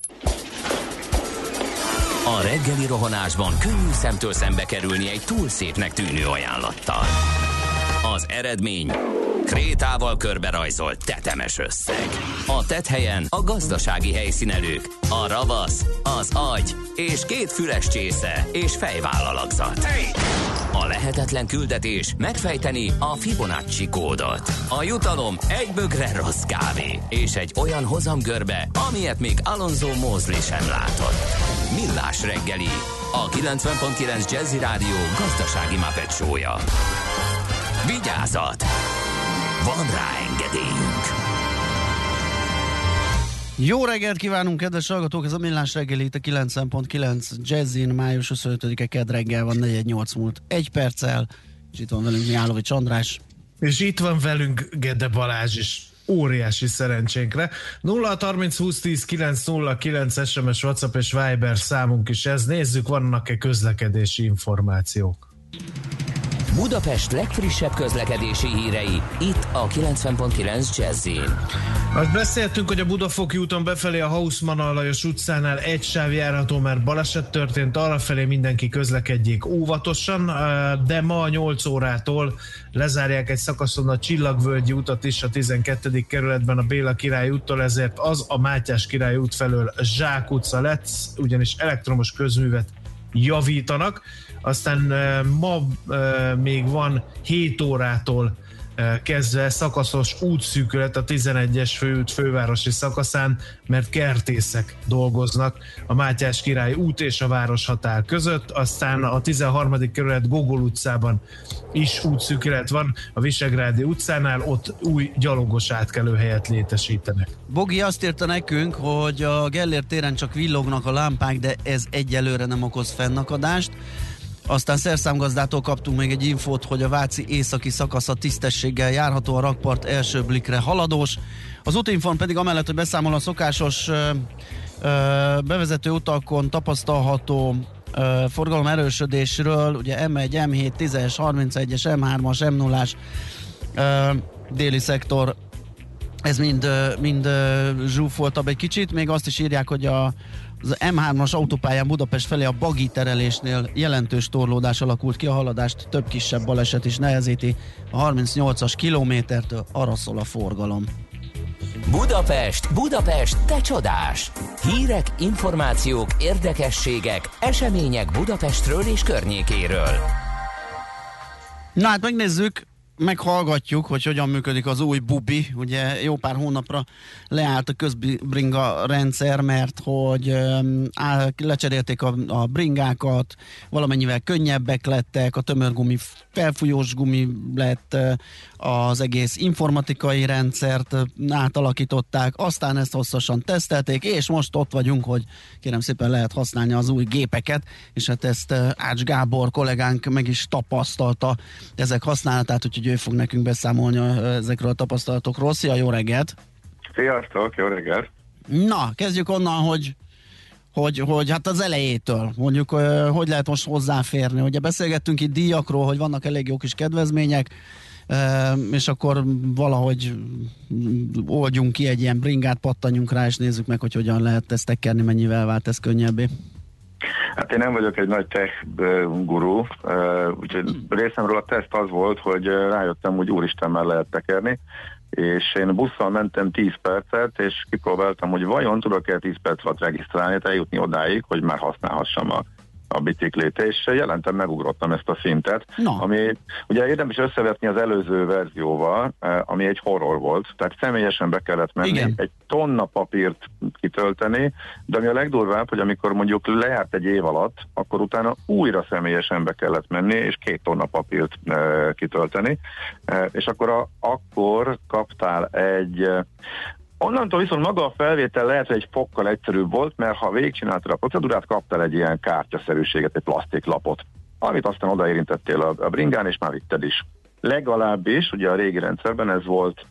A reggeli rohanásban könnyű szemtől szembe kerülni egy túl szépnek tűnő ajánlattal. Az eredmény krétával körberajzolt tetemes összeg. A tetthelyen a gazdasági helyszínelők, a ravasz, az agy és 2 füles csésze és fejvállalakzat. A lehetetlen küldetés megfejteni a Fibonacci kódot. A jutalom egy bögre rossz kávé és egy olyan hozamgörbe, amilyet még Alonso Mosley sem látott. Millás reggeli, a 90.9 Jazzy Rádió gazdasági Muppet show-ja. Vigyázat! Van rá engedélyünk! Jó reggelt kívánunk, kedves hallgatók! Ez a Millás reggeli, itt a 90.9 Jazzin, május 25-e kedd reggel van, 4:08 múlt 1 perccel, és itt van velünk Mihálovics András. És itt van velünk Gede Balázs is. Óriási szerencsénkre. 0630 20 10 909 SMS, WhatsApp és Viber számunk is ez. Nézzük, vannak-e közlekedési információk. Budapest legfrissebb közlekedési hírei, itt a 90.9 Jazzin. Azt beszéltünk, hogy a Budafoki úton befelé a Haussmann Alajos utcánál egy sáv járható, mert baleset történt, arrafelé mindenki közlekedjék óvatosan, de ma 8 órától lezárják egy szakaszon a Csillagvölgyi utat is a 12. kerületben a Béla Király úttól, ezért az a Mátyás Király út felől Zsák utca lett, ugyanis elektromos közművet javítanak. Aztán ma még van 7 órától kezdve szakaszos útszűkület a 11-es főút fővárosi szakaszán, mert kertészek dolgoznak a Mátyás Király út és a városhatár között, aztán a 13. kerület Gogol utcában is útszűkület van, a Visegrádi utcánál ott új gyalogos átkelőhelyet létesítenek. Bogi azt írta nekünk, hogy a Gellért téren csak villognak a lámpák, de ez egyelőre nem okoz fennakadást. Aztán szerszámgazdától kaptunk még egy infót, hogy a Váci északi szakasza tisztességgel járható, a rakpart első blikre haladós. Az útinform pedig amellett, hogy beszámol a szokásos bevezető utakon tapasztalható forgalom erősödésről, ugye M1, M7, 10-es, 31-es, M3-as, M0-as déli szektor, ez mind zsúfoltabb egy kicsit. Még azt is írják, hogy az M3-as autópályán Budapest felé a Bagi terelésnél jelentős torlódás alakult ki, a haladást több kisebb baleset is nehezíti. A 38-as kilométertől arra szól a forgalom. Budapest, Budapest, te csodás! Hírek, információk, érdekességek, események Budapestről és környékéről. Na hát megnézzük, meghallgatjuk, hogy hogyan működik az új Bubi. Ugye jó pár hónapra leállt a közbringa rendszer, mert hogy lecserélték a bringákat, valamennyivel könnyebbek lettek, a tömörgumi felfújós gumi lett, az egész informatikai rendszert átalakították, aztán ezt hosszasan tesztelték, és most ott vagyunk, hogy kérem szépen lehet használni az új gépeket, és hát ezt Ács Gábor kollégánk meg is tapasztalta ezek használatát, úgyhogy ő fog nekünk beszámolni ezekről a tapasztalatokról. Szia, jó reggelt! Sziasztok, jó reggelt! Na, kezdjük onnan, hogy hát az elejétől mondjuk, hogy lehet most hozzáférni. Ugye beszélgettünk itt díjakról, hogy vannak elég jó kis kedvezmények, és akkor valahogy oldjunk ki egy ilyen bringát, pattanjunk rá, és nézzük meg, hogy hogyan lehet ezt tekerni, mennyivel vált ez könnyebbé. Hát én nem vagyok egy nagy tech guru, úgyhogy részemről a teszt az volt, hogy rájöttem, hogy úristen, már lehet tekerni, és én busszal mentem 10 percet, és kipróbáltam, hogy vajon tudok-e 10 perc alatt regisztrálni, eljutni odáig, hogy már használhassam a biciklét, és jelentem megugrottam ezt a szintet, ami ugye érdemes összevetni az előző verzióval, ami egy horror volt, tehát személyesen be kellett menni, igen, egy tonna papírt kitölteni, de ami a legdurvább, hogy amikor mondjuk lejárt egy év alatt, akkor utána újra személyesen be kellett menni, és 2 tonna papírt kitölteni, és akkor kaptál egy... Onnantól viszont maga a felvétel lehet, hogy egy fokkal egyszerűbb volt, mert ha végigcsináltad a procedúrát, kaptál egy ilyen kártyaszerűséget, egy plastiklapot, amit aztán odaérintettél a bringán, és már vitted is. Legalábbis, ugye a régi rendszerben ez volt,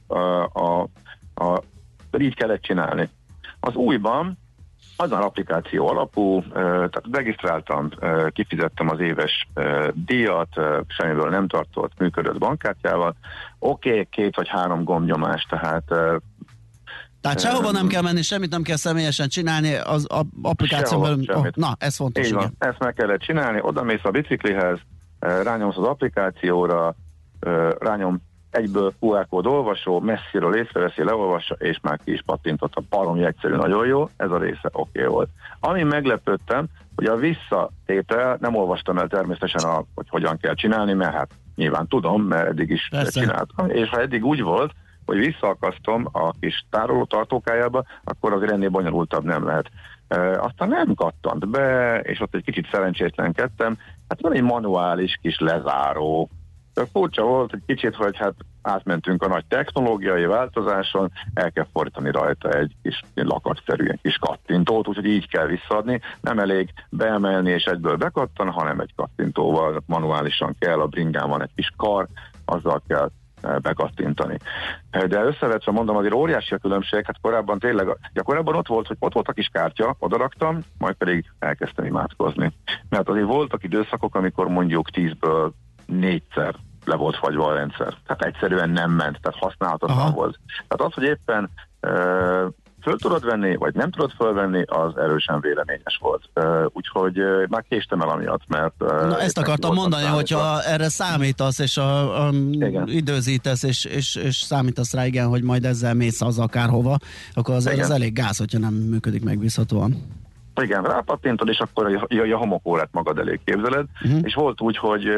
így kellett csinálni. Az újban az már applikáció alapú, tehát regisztráltam, kifizettem az éves díjat, semmiből nem tartott, működött bankkártyával. Oké, 2 vagy 3 gombnyomás, tehát sehova nem kell menni, semmit nem kell személyesen csinálni, az applikáción belül. Na, ez fontos. Így van, ezt meg kellett csinálni, odamész a biciklihez, rányomsz az applikációra, rányom egyből QR kód olvasó, messziről észreveszi, leolvassa, és már ki is pattintott. A baromi egyszerű, nagyon jó, ez a része oké volt. Amin meglepődtem, hogy a visszatétel, nem olvastam el természetesen, hogy hogyan kell csinálni, mert hát nyilván tudom, mert eddig is csináltam, és ha eddig úgy volt, hogy visszaakasztom a kis tároló tartókájába, akkor azért ennél bonyolultabb nem lehet. Aztán nem kattant be, és ott egy kicsit szerencsétlenkedtem. Hát van egy manuális kis lezáró. Furcsa volt egy kicsit, hogy hát átmentünk a nagy technológiai változáson, el kell fordítani rajta egy kis lakatszerű kis kattintót, úgyhogy így kell visszaadni. Nem elég beemelni és egyből bekattan, hanem egy kattintóval manuálisan kell, a bringán van egy kis kar, azzal kell bekattintani. De összevetve mondom, azért óriási a különbség, hát korábban tényleg, korábban ott volt a kis kártya, odaraktam, majd pedig elkezdtem imádkozni. Mert azért voltak időszakok, amikor mondjuk 10-ből 4-szer le volt fagyva a rendszer. Tehát egyszerűen nem ment, tehát használhatatlan volt. Tehát az, hogy éppen föl tudod venni, vagy nem tudod fölvenni, az erősen véleményes volt. Úgyhogy már késtem el amiatt, mert... Na ezt akartam mondani, hogyha erre számítasz, és időzítesz, és számítasz rá, igen, hogy majd ezzel mész az akárhova, akkor az elég gáz, hogyha nem működik megbízhatóan. Igen, rápattintod, és akkor a homokórát magad elé képzeled, és volt úgy, hogy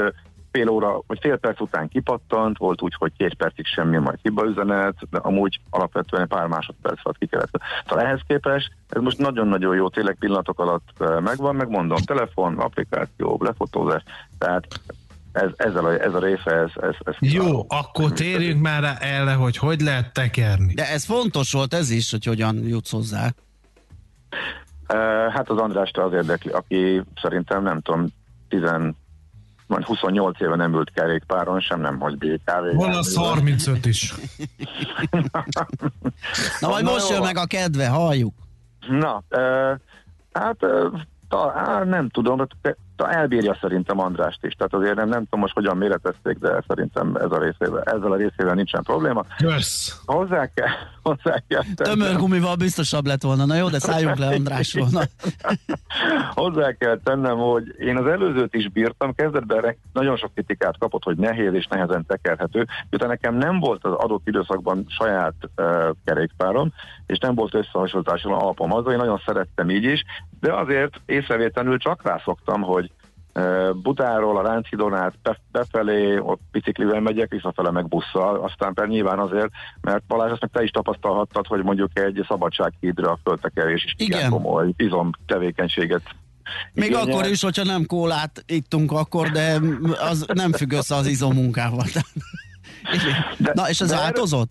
fél óra, vagy fél perc után kipattant, volt úgy, hogy 2 percig semmi, majd hibaüzenet, de amúgy alapvetően pár másodperc alatt ki kellett. Tehát ehhez képest ez most nagyon-nagyon jó, tényleg pillanatok alatt megvan, megmondom, telefon, applikáció, lefotózás, tehát ez a része, ez jó, akkor térjünk már rá erre, hogy lehet tekerni. De ez fontos volt ez is, hogy hogyan jutsz hozzá. Hát az Andrást az érdekli, aki szerintem nem tudom, 28 éve nem ült kerékpáron, sem nem hagy BKV. Van az 35 is. Na majd most jön meg a kedve, halljuk. Na, nem tudom, elbírja szerintem Andrást is, tehát azért nem tudom most hogyan méretezték, de szerintem ezzel a részével nincsen probléma. Kösz! Hozzá kell Tömörgumival biztosabb lett volna, na jó, de szálljunk le Andrásról. Hozzá kell tennem, hogy én az előzőt is bírtam, kezdetben nagyon sok kritikát kapott, hogy nehéz és nehezen tekerhető, utána nekem nem volt az adott időszakban saját kerékpárom, és nem volt összehasonlításon alapom azzal, én nagyon szerettem így is, de azért észrevétlenül csak rászoktam, hogy Budáról a Lánchídon át befelé, ott biciklivel megyek, visszafele meg busszal, aztán nyilván azért, mert Balázs, azt meg te is tapasztalhattad, hogy mondjuk egy Szabadsághídra a földtekerés is igen komoly izom tevékenységet még igényel. Akkor is, hogyha nem kólát ittunk akkor, de az nem függ össze az izommunkával. Na, és ez változott?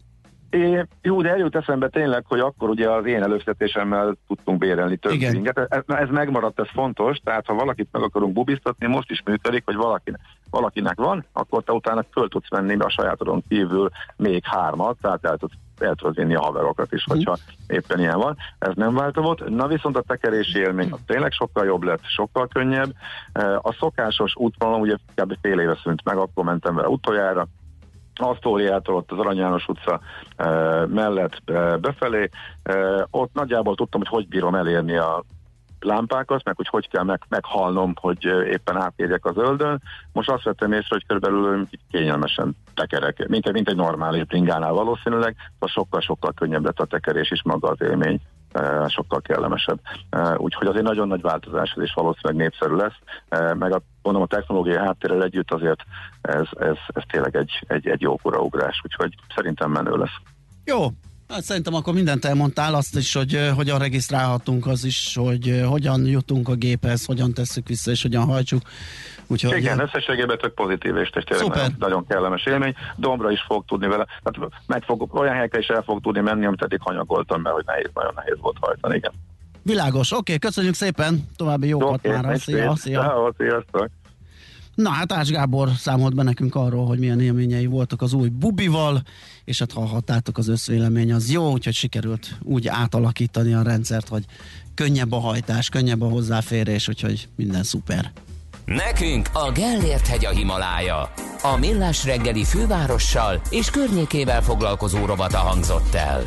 Jó, de eljut eszembe tényleg, hogy akkor ugye az én előfizetésemmel tudtunk bérelni több inget. Ez megmaradt, ez fontos, tehát ha valakit meg akarunk bubiztatni, most is működik, hogy valakinek van, akkor te utána föl tudsz venni a sajátodon kívül még 3, tehát el tudod vinni a haverokat is, hogyha éppen ilyen van. Ez nem változott. Na viszont a tekerési élmény tényleg sokkal jobb lett, sokkal könnyebb. A szokásos útvonalon ugye kb. Fél éve szűnt meg, akkor mentem vele utoljára, Asztóriától ott az Arany János utca mellett befelé. Ott nagyjából tudtam, hogy bírom elérni a lámpákat, meg hogy kell meghalnom, hogy éppen átérjek a zöldön. Most azt vettem észre, hogy körülbelül kényelmesen tekerek, mint egy normális bringánál valószínűleg, az sokkal-sokkal könnyebb lett a tekerés is, maga az élmény sokkal kellemesebb. Úgyhogy azért nagyon nagy változás, és valószínűleg népszerű lesz, meg a technológiai háttérrel együtt azért ez tényleg egy jó koraugrás, úgyhogy szerintem menő lesz. Jó, hát szerintem akkor mindent elmondtál, azt is, hogy hogyan regisztrálhatunk, az is, hogy hogyan jutunk a géphez, hogyan tesszük vissza, és hogyan hajtsuk. Úgyhogy igen, összességében tök pozitív, és tényleg nagyon kellemes élmény. Dombra is fog tudni vele, tehát olyan helyekre is el fog tudni menni, amit eddig hanyagoltam, mert hogy nagyon nehéz volt hajtani, igen. Világos, oké, köszönjük szépen, további jókat már. Szia. Sziasztok! Na hát Ács Gábor számolt be nekünk arról, hogy milyen élményei voltak az új bubival, és hát hallhattátok, az összvélemény az jó, úgyhogy sikerült úgy átalakítani a rendszert, hogy könnyebb a hajtás, könnyebb a hozzáférés, úgyhogy minden szuper. Nekünk a Gellért-hegy a Himalája. A Millás reggeli fővárossal és környékével foglalkozó rovata hangzott el.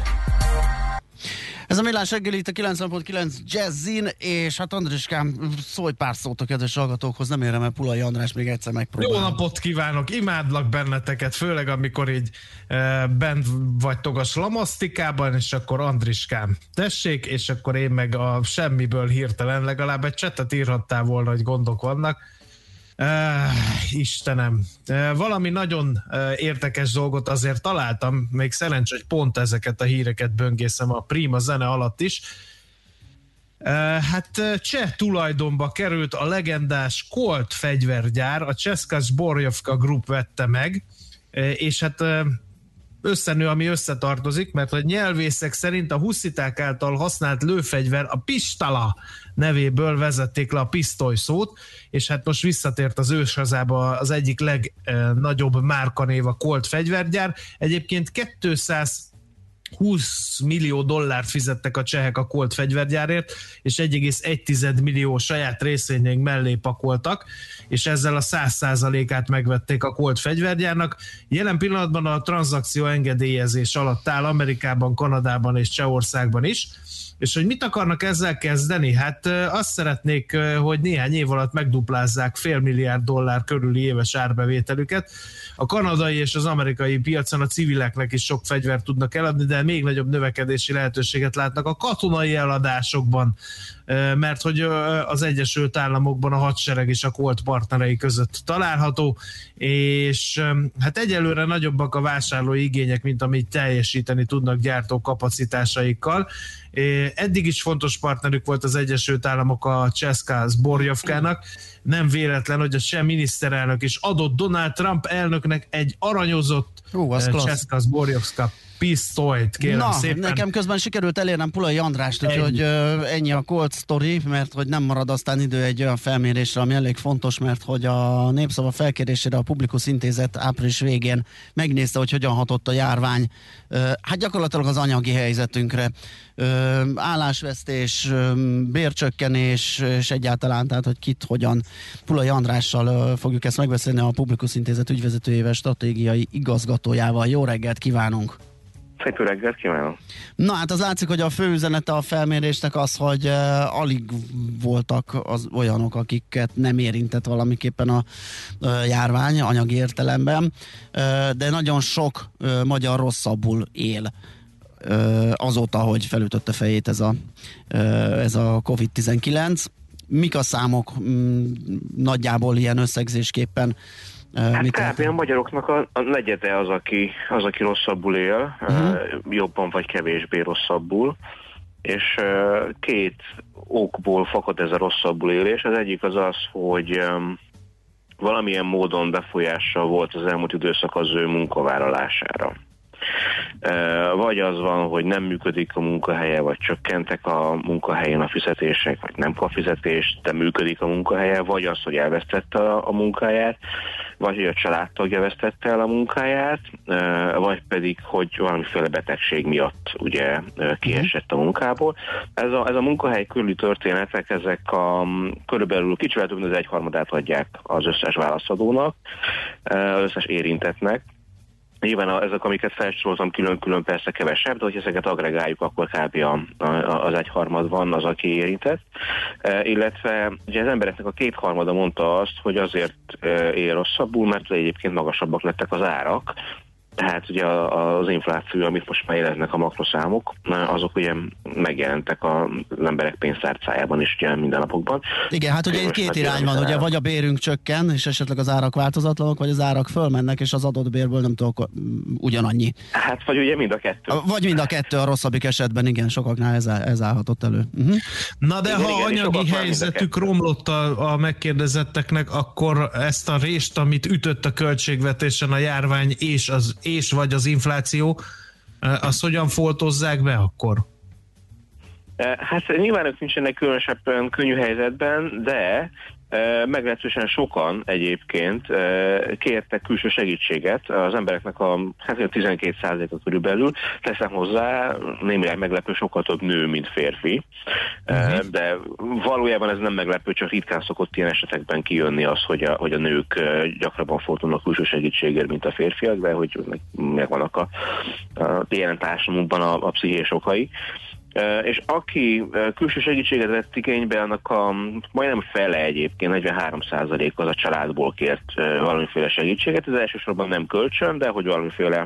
Ez a Millás reggeli itt a 90.9 Jazzin, és hát Andriskám, szólj pár szót a kedves hallgatókhoz, nem érem el Pulai András még egyszer megpróbálni. Jó napot kívánok, imádlak benneteket, főleg amikor így bent vagytok a slamasztikában, és akkor Andriskám, tessék, és akkor én meg a semmiből hirtelen legalább egy csetet írhattál volna, hogy gondok vannak. Istenem, valami nagyon érdekes dolgot azért találtam, még szerencsé, hogy pont ezeket a híreket böngészem a Prima zene alatt is. Hát cseh tulajdonba került a legendás Colt fegyvergyár, a Česká Zbrojovka Group vette meg, és hát összenő, ami összetartozik, mert a nyelvészek szerint a husziták által használt lőfegyver, a pistala nevéből vezették le a pisztoly szót, és hát most visszatért az őshazába az egyik legnagyobb márkanév, a Colt fegyvergyár. Egyébként 220 millió dollárt fizettek a csehek a Colt fegyvergyárért, és 1,1 millió saját részvények mellé pakoltak, és ezzel a 100%-át megvették a Colt fegyvergyárnak. Jelen pillanatban a tranzakció engedélyezés alatt áll Amerikában, Kanadában és Csehországban is. És hogy mit akarnak ezzel kezdeni? Hát azt szeretnék, hogy néhány év alatt megduplázzák $500 milliárd körüli éves árbevételüket. A kanadai és az amerikai piacon a civileknek is sok fegyvert tudnak eladni, de annál még nagyobb növekedési lehetőséget látnak a katonai eladásokban, mert hogy az Egyesült Államokban a hadsereg és a Colt partnerei között található, és hát egyelőre nagyobbak a vásárlói igények, mint amit teljesíteni tudnak gyártó kapacitásaikkal. Eddig is fontos partnerük volt az Egyesült Államok a CSKA Zborjovkának. Nem véletlen, hogy a cseh miniszterelnök is adott Donald Trump elnöknek egy aranyozott CSKA Zborjovka pisztolyt, kérem szépen. Nekem közben sikerült elérnem Pulai Andrást, úgyhogy ennyi a Colt sztori, mert hogy nem marad aztán idő egy olyan felmérésre, ami elég fontos, mert hogy a Népszava felkérésére a Publikus Intézet április végén megnézte, hogy hogyan hatott a járvány, hát gyakorlatilag az anyagi helyzetünkre. Állásvesztés, bércsökkenés, és egyáltalán, tehát hogy kit, hogyan. Pulai Andrással fogjuk ezt megbeszélni, a Publikus Intézet ügyvezetőjével, stratégiai igazgatójával. Jó reggelt kívánunk! Szép reggelt kívánok! Na hát az látszik, hogy a fő üzenete a felmérésnek az, hogy alig voltak az olyanok, akiket nem érintett valamiképpen a járvány anyagi értelemben, de nagyon sok magyar rosszabbul él azóta, hogy felütötte fejét ez a COVID-19. Mik a számok nagyjából ilyen összegzésképpen? Hát kb. A magyaroknak a negyede az, aki rosszabbul él, jobban vagy kevésbé rosszabbul, és két okból fakad ez a rosszabbul élés. Az egyik az az, hogy valamilyen módon befolyással volt az elmúlt időszak az ő munkavállalására. Vagy az van, hogy nem működik a munkahelye, vagy csökkentek a munkahelyen a fizetések, vagy nem kap fizetést, de működik a munkahelye, vagy az, hogy elvesztette a munkáját, vagy hogy a családtagja vesztette el a munkáját, vagy pedig, hogy valamiféle betegség miatt ugye kiesett a munkából. Ez a munkahely körüli történetek, ezek körülbelül kicsivel több mint az 1/3 adják az összes válaszadónak, az összes érintettnek. Nyilván ezek, amiket felsoroltam, külön-külön persze kevesebb, de hogy ezeket agregáljuk, akkor kb. Az 1/3 van az, aki érintett. Illetve ugye az embereknek a 2/3 mondta azt, hogy azért él rosszabbul, mert egyébként magasabbak lettek az árak. Tehát ugye az infláció, amit most már jeleznek a makroszámok, azok ugye megjelentek az emberek pénztárcájában is ugye mindennapokban. Igen, hát ugye itt két irány van, ugye vagy a bérünk csökken, és esetleg az árak változatlanok, vagy az árak fölmennek, és az adott bérből nem tudok ugyanannyi. Hát vagy ugye mind a kettő. Vagy mind a kettő a rosszabbik esetben, igen, sokaknál ez állhatott elő. Na de igen, ha anyagi helyzetük romlott a megkérdezetteknek, akkor ezt a rést, amit ütött a költségvetésen a járvány és vagy az infláció, azt hogyan foltozzák be akkor? Hát nyilván ők nincsenek különösebben könnyű helyzetben, de meglehetősen sokan egyébként kértek külső segítséget. Az embereknek a 12%-a körülbelül, teszem hozzá, némileg meglepő, sokkal több nő, mint férfi. De valójában ez nem meglepő, csak ritkán szokott ilyen esetekben kijönni az, hogy a nők gyakrabban fordulnak külső segítségért, mint a férfiak, de hogy megvannak a jelen társadalmunkban a pszichés okai. És aki külső segítséget vett igénybe, annak majdnem fele egyébként, 43% az a családból kért valamiféle segítséget. Ez elsősorban nem kölcsön, de hogy valamiféle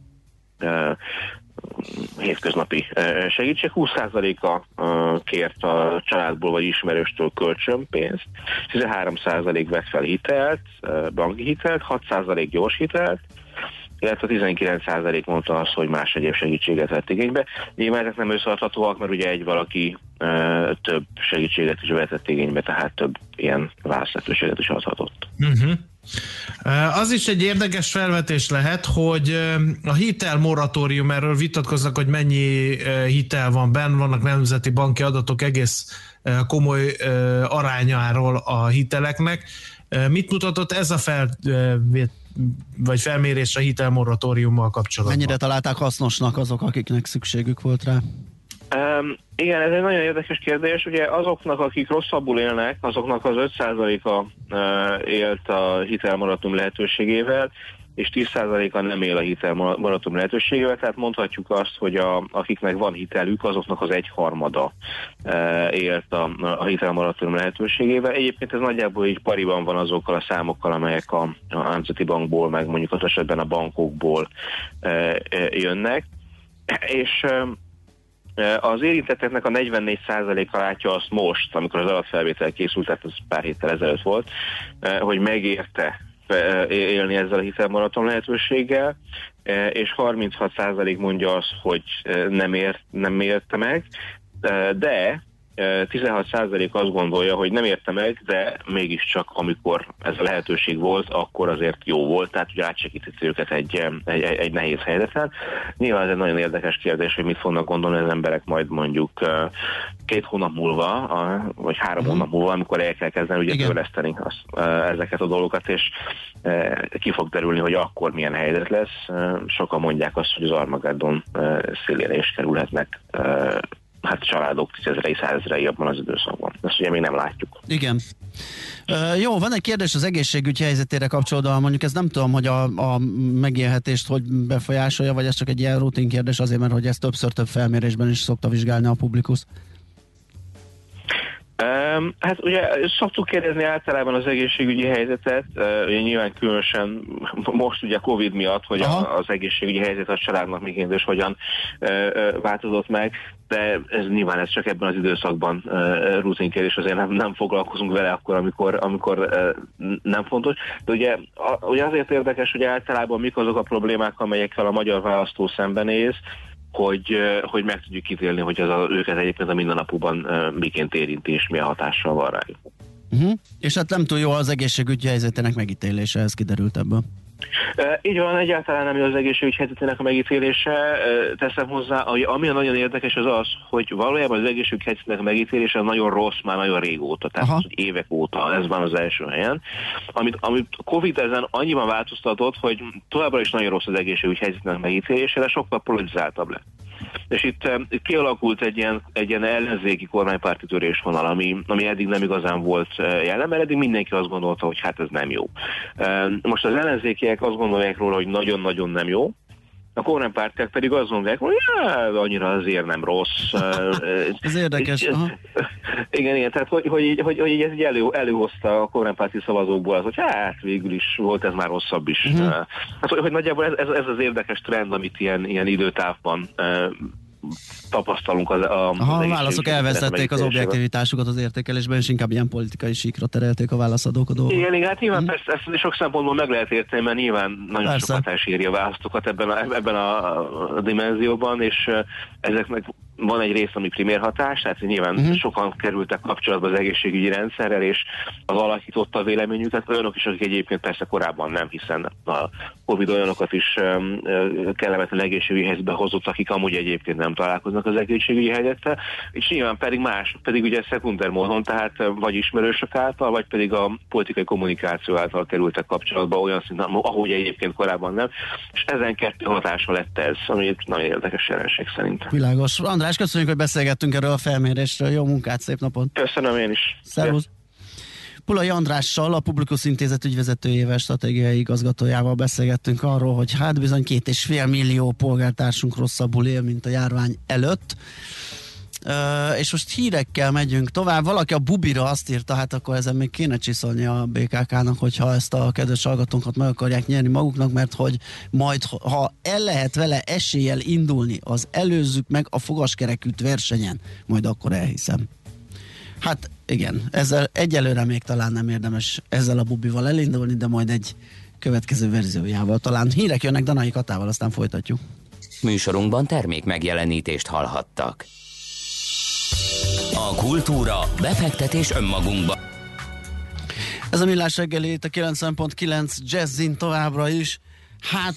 hétköznapi segítség. 20%-a kért a családból vagy ismerőstől kölcsönpénzt, 13% vett fel hitelt, banki hitelt, 6% gyors hitelt, illetve 19% mondta azt, hogy más egyéb segítséget vett igénybe. Nyilván ezek nem összeadhatóak, mert ugye egy valaki több segítséget is vetett igénybe, tehát több ilyen választhatóséget is adhatott. Az is egy érdekes felvetés lehet, hogy a hitelmoratórium, erről vitatkoznak, hogy mennyi hitel van benn, vannak nemzeti banki adatok egész komoly arányáról a hiteleknek. Mit mutatott ez a felmérés a hitelmoratóriummal kapcsolatban? Mennyire találták hasznosnak azok, akiknek szükségük volt rá? Igen, ez egy nagyon érdekes kérdés. Ugye azoknak, akik rosszabbul élnek, azoknak az 5%-a élt a hitelmoratórium lehetőségével, és 10%-a nem él a hitelmoratórium lehetőségével, tehát mondhatjuk azt, hogy akiknek van hitelük, azoknak az 1/3 élt a hitelmoratórium lehetőségével. Egyébként ez nagyjából így pariban van azokkal a számokkal, amelyek a Nemzeti Bankból, meg mondjuk az esetben a bankokból jönnek. És az érintetteknek a 44%-a látja azt most, amikor az adatfelvétel készült, tehát ez pár héttel ezelőtt volt, hogy megérte élni ezzel a hitelmaraton lehetőséggel, és 36% mondja azt, hogy nem érte meg, de 16% azt gondolja, hogy nem érte meg, de mégiscsak amikor ez a lehetőség volt, akkor azért jó volt, tehát ugye átsegített őket egy nehéz helyzeten. Nyilván ez egy nagyon érdekes kérdés, hogy mit fognak gondolni az emberek majd mondjuk 2 hónap múlva, vagy 3 hónap múlva, amikor el kell kezdeni ugye törleszteni ezeket a dolgokat, és ki fog derülni, hogy akkor milyen helyzet lesz. Sokan mondják azt, hogy az Armageddon szélére is kerülhetnek családok 10 100 abban az időszakban. Ezt ugye még nem látjuk. Igen. Jó, van egy kérdés az egészségügy helyzetére kapcsolódóan, mondjuk ez nem tudom, hogy a megélhetést hogy befolyásolja, vagy ez csak egy ilyen rutin kérdés azért, mert hogy ezt több felmérésben is szokta vizsgálni a Publikus. Hát ugye szoktuk kérdezni általában az egészségügyi helyzetet, ugye nyilván különösen most ugye Covid miatt, hogy az egészségügyi helyzet a családnak miként és hogyan változott meg, de ez csak ebben az időszakban rutin kérdés, azért nem foglalkozunk vele akkor, amikor nem fontos. De ugye azért érdekes, hogy általában mik azok a problémák, amelyekkel a magyar választó szembenéz, hogy meg tudjuk ítélni, hogy őket egyébként a mindennapokban miként érinti, és milyen hatással van rájuk. És hát nem túl jó az egészségügyi helyzetének megítélése, ez kiderült ebből. Így van, egyáltalán nem jó az egészségügy helyzetének a megítélése. Teszem hozzá, ami nagyon érdekes az, hogy valójában az egészségügy helyzetének a megítélése nagyon rossz már nagyon régóta, tehát évek óta, ez van az első helyen. Amit Covid ezen annyiban változtatott, hogy továbbra is nagyon rossz az egészségügy helyzetének a megítélése, de sokkal politizáltabb lett. És itt kialakult egy ilyen ellenzéki kormánypárti törésvonal, ami eddig nem igazán volt jelen, mert eddig mindenki azt gondolta, hogy hát ez nem jó. Most az ellenzékiek azt gondolják róla, hogy nagyon-nagyon nem jó, a kormánypártiak pedig azt gondolják, hogy annyira azért nem rossz. Ez érdekes. Igen, tehát hogy ez így előhozta a kormánypárti szavazókból, hogy hát végül is volt ez már rosszabb is. Hát, hogy nagyjából ez az érdekes trend, amit ilyen időtávban tapasztalunk a válaszok elvesztették az objektivitásukat az értékelésben, és inkább ilyen politikai síkra terelték a válaszadók a dolgot. Igen, hát nyilván persze ezt sok szempontból meg lehet érteni, mert nyilván nagyon sokat elséri a választókat ebben a dimenzióban, és ezeknek van egy rész, ami primér hatás, tehát nyilván sokan kerültek kapcsolatba az egészségügyi rendszerrel, és az alakította a véleményüket, olyanok is, akik egyébként persze korábban nem, hiszen a Covid olyanokat is kellemetlen egészségügyi helyzetbe hozott, akik amúgy egyébként nem találkoznak az egészségügyi helyzettel, és nyilván pedig ugye szekunder módon, tehát vagy ismerősök által, vagy pedig a politikai kommunikáció által kerültek kapcsolatba olyan szinten, ahogy egyébként korábban nem, és ezen kettő hatása lett ez, ami egy nagyon érdekes jelenség szerintem. Világos. András, köszönjük, hogy beszélgettünk erről a felmérésről. Jó munkát, szép napot! Köszönöm én is. Szervusz! Pulai Andrással, a Publikus Intézet ügyvezetőjével, stratégiai igazgatójával beszélgettünk arról, hogy hát bizony 2,5 millió polgártársunk rosszabbul él, mint a járvány előtt. És most hírekkel megyünk tovább. Valaki a Bubira azt írta, hát akkor ezen még kéne csiszolni a BKK-nak, hogyha ezt a kedves hallgatónkat meg akarják nyerni maguknak, mert hogy majd, ha el lehet vele eséllyel indulni, az előzzük meg a fogaskerekült versenyen, majd akkor elhiszem. Hát igen, ezzel egyelőre még talán nem érdemes ezzel a Bubival elindulni, de majd egy következő verziójával talán. Hírek jönnek Danai Katával, aztán folytatjuk. Műsorunkban termék megjelenítést hallhattak. A kultúra, befektetés önmagunkba. Ez a Millás reggeli, itt a 90.9 Jazzin továbbra is. Hát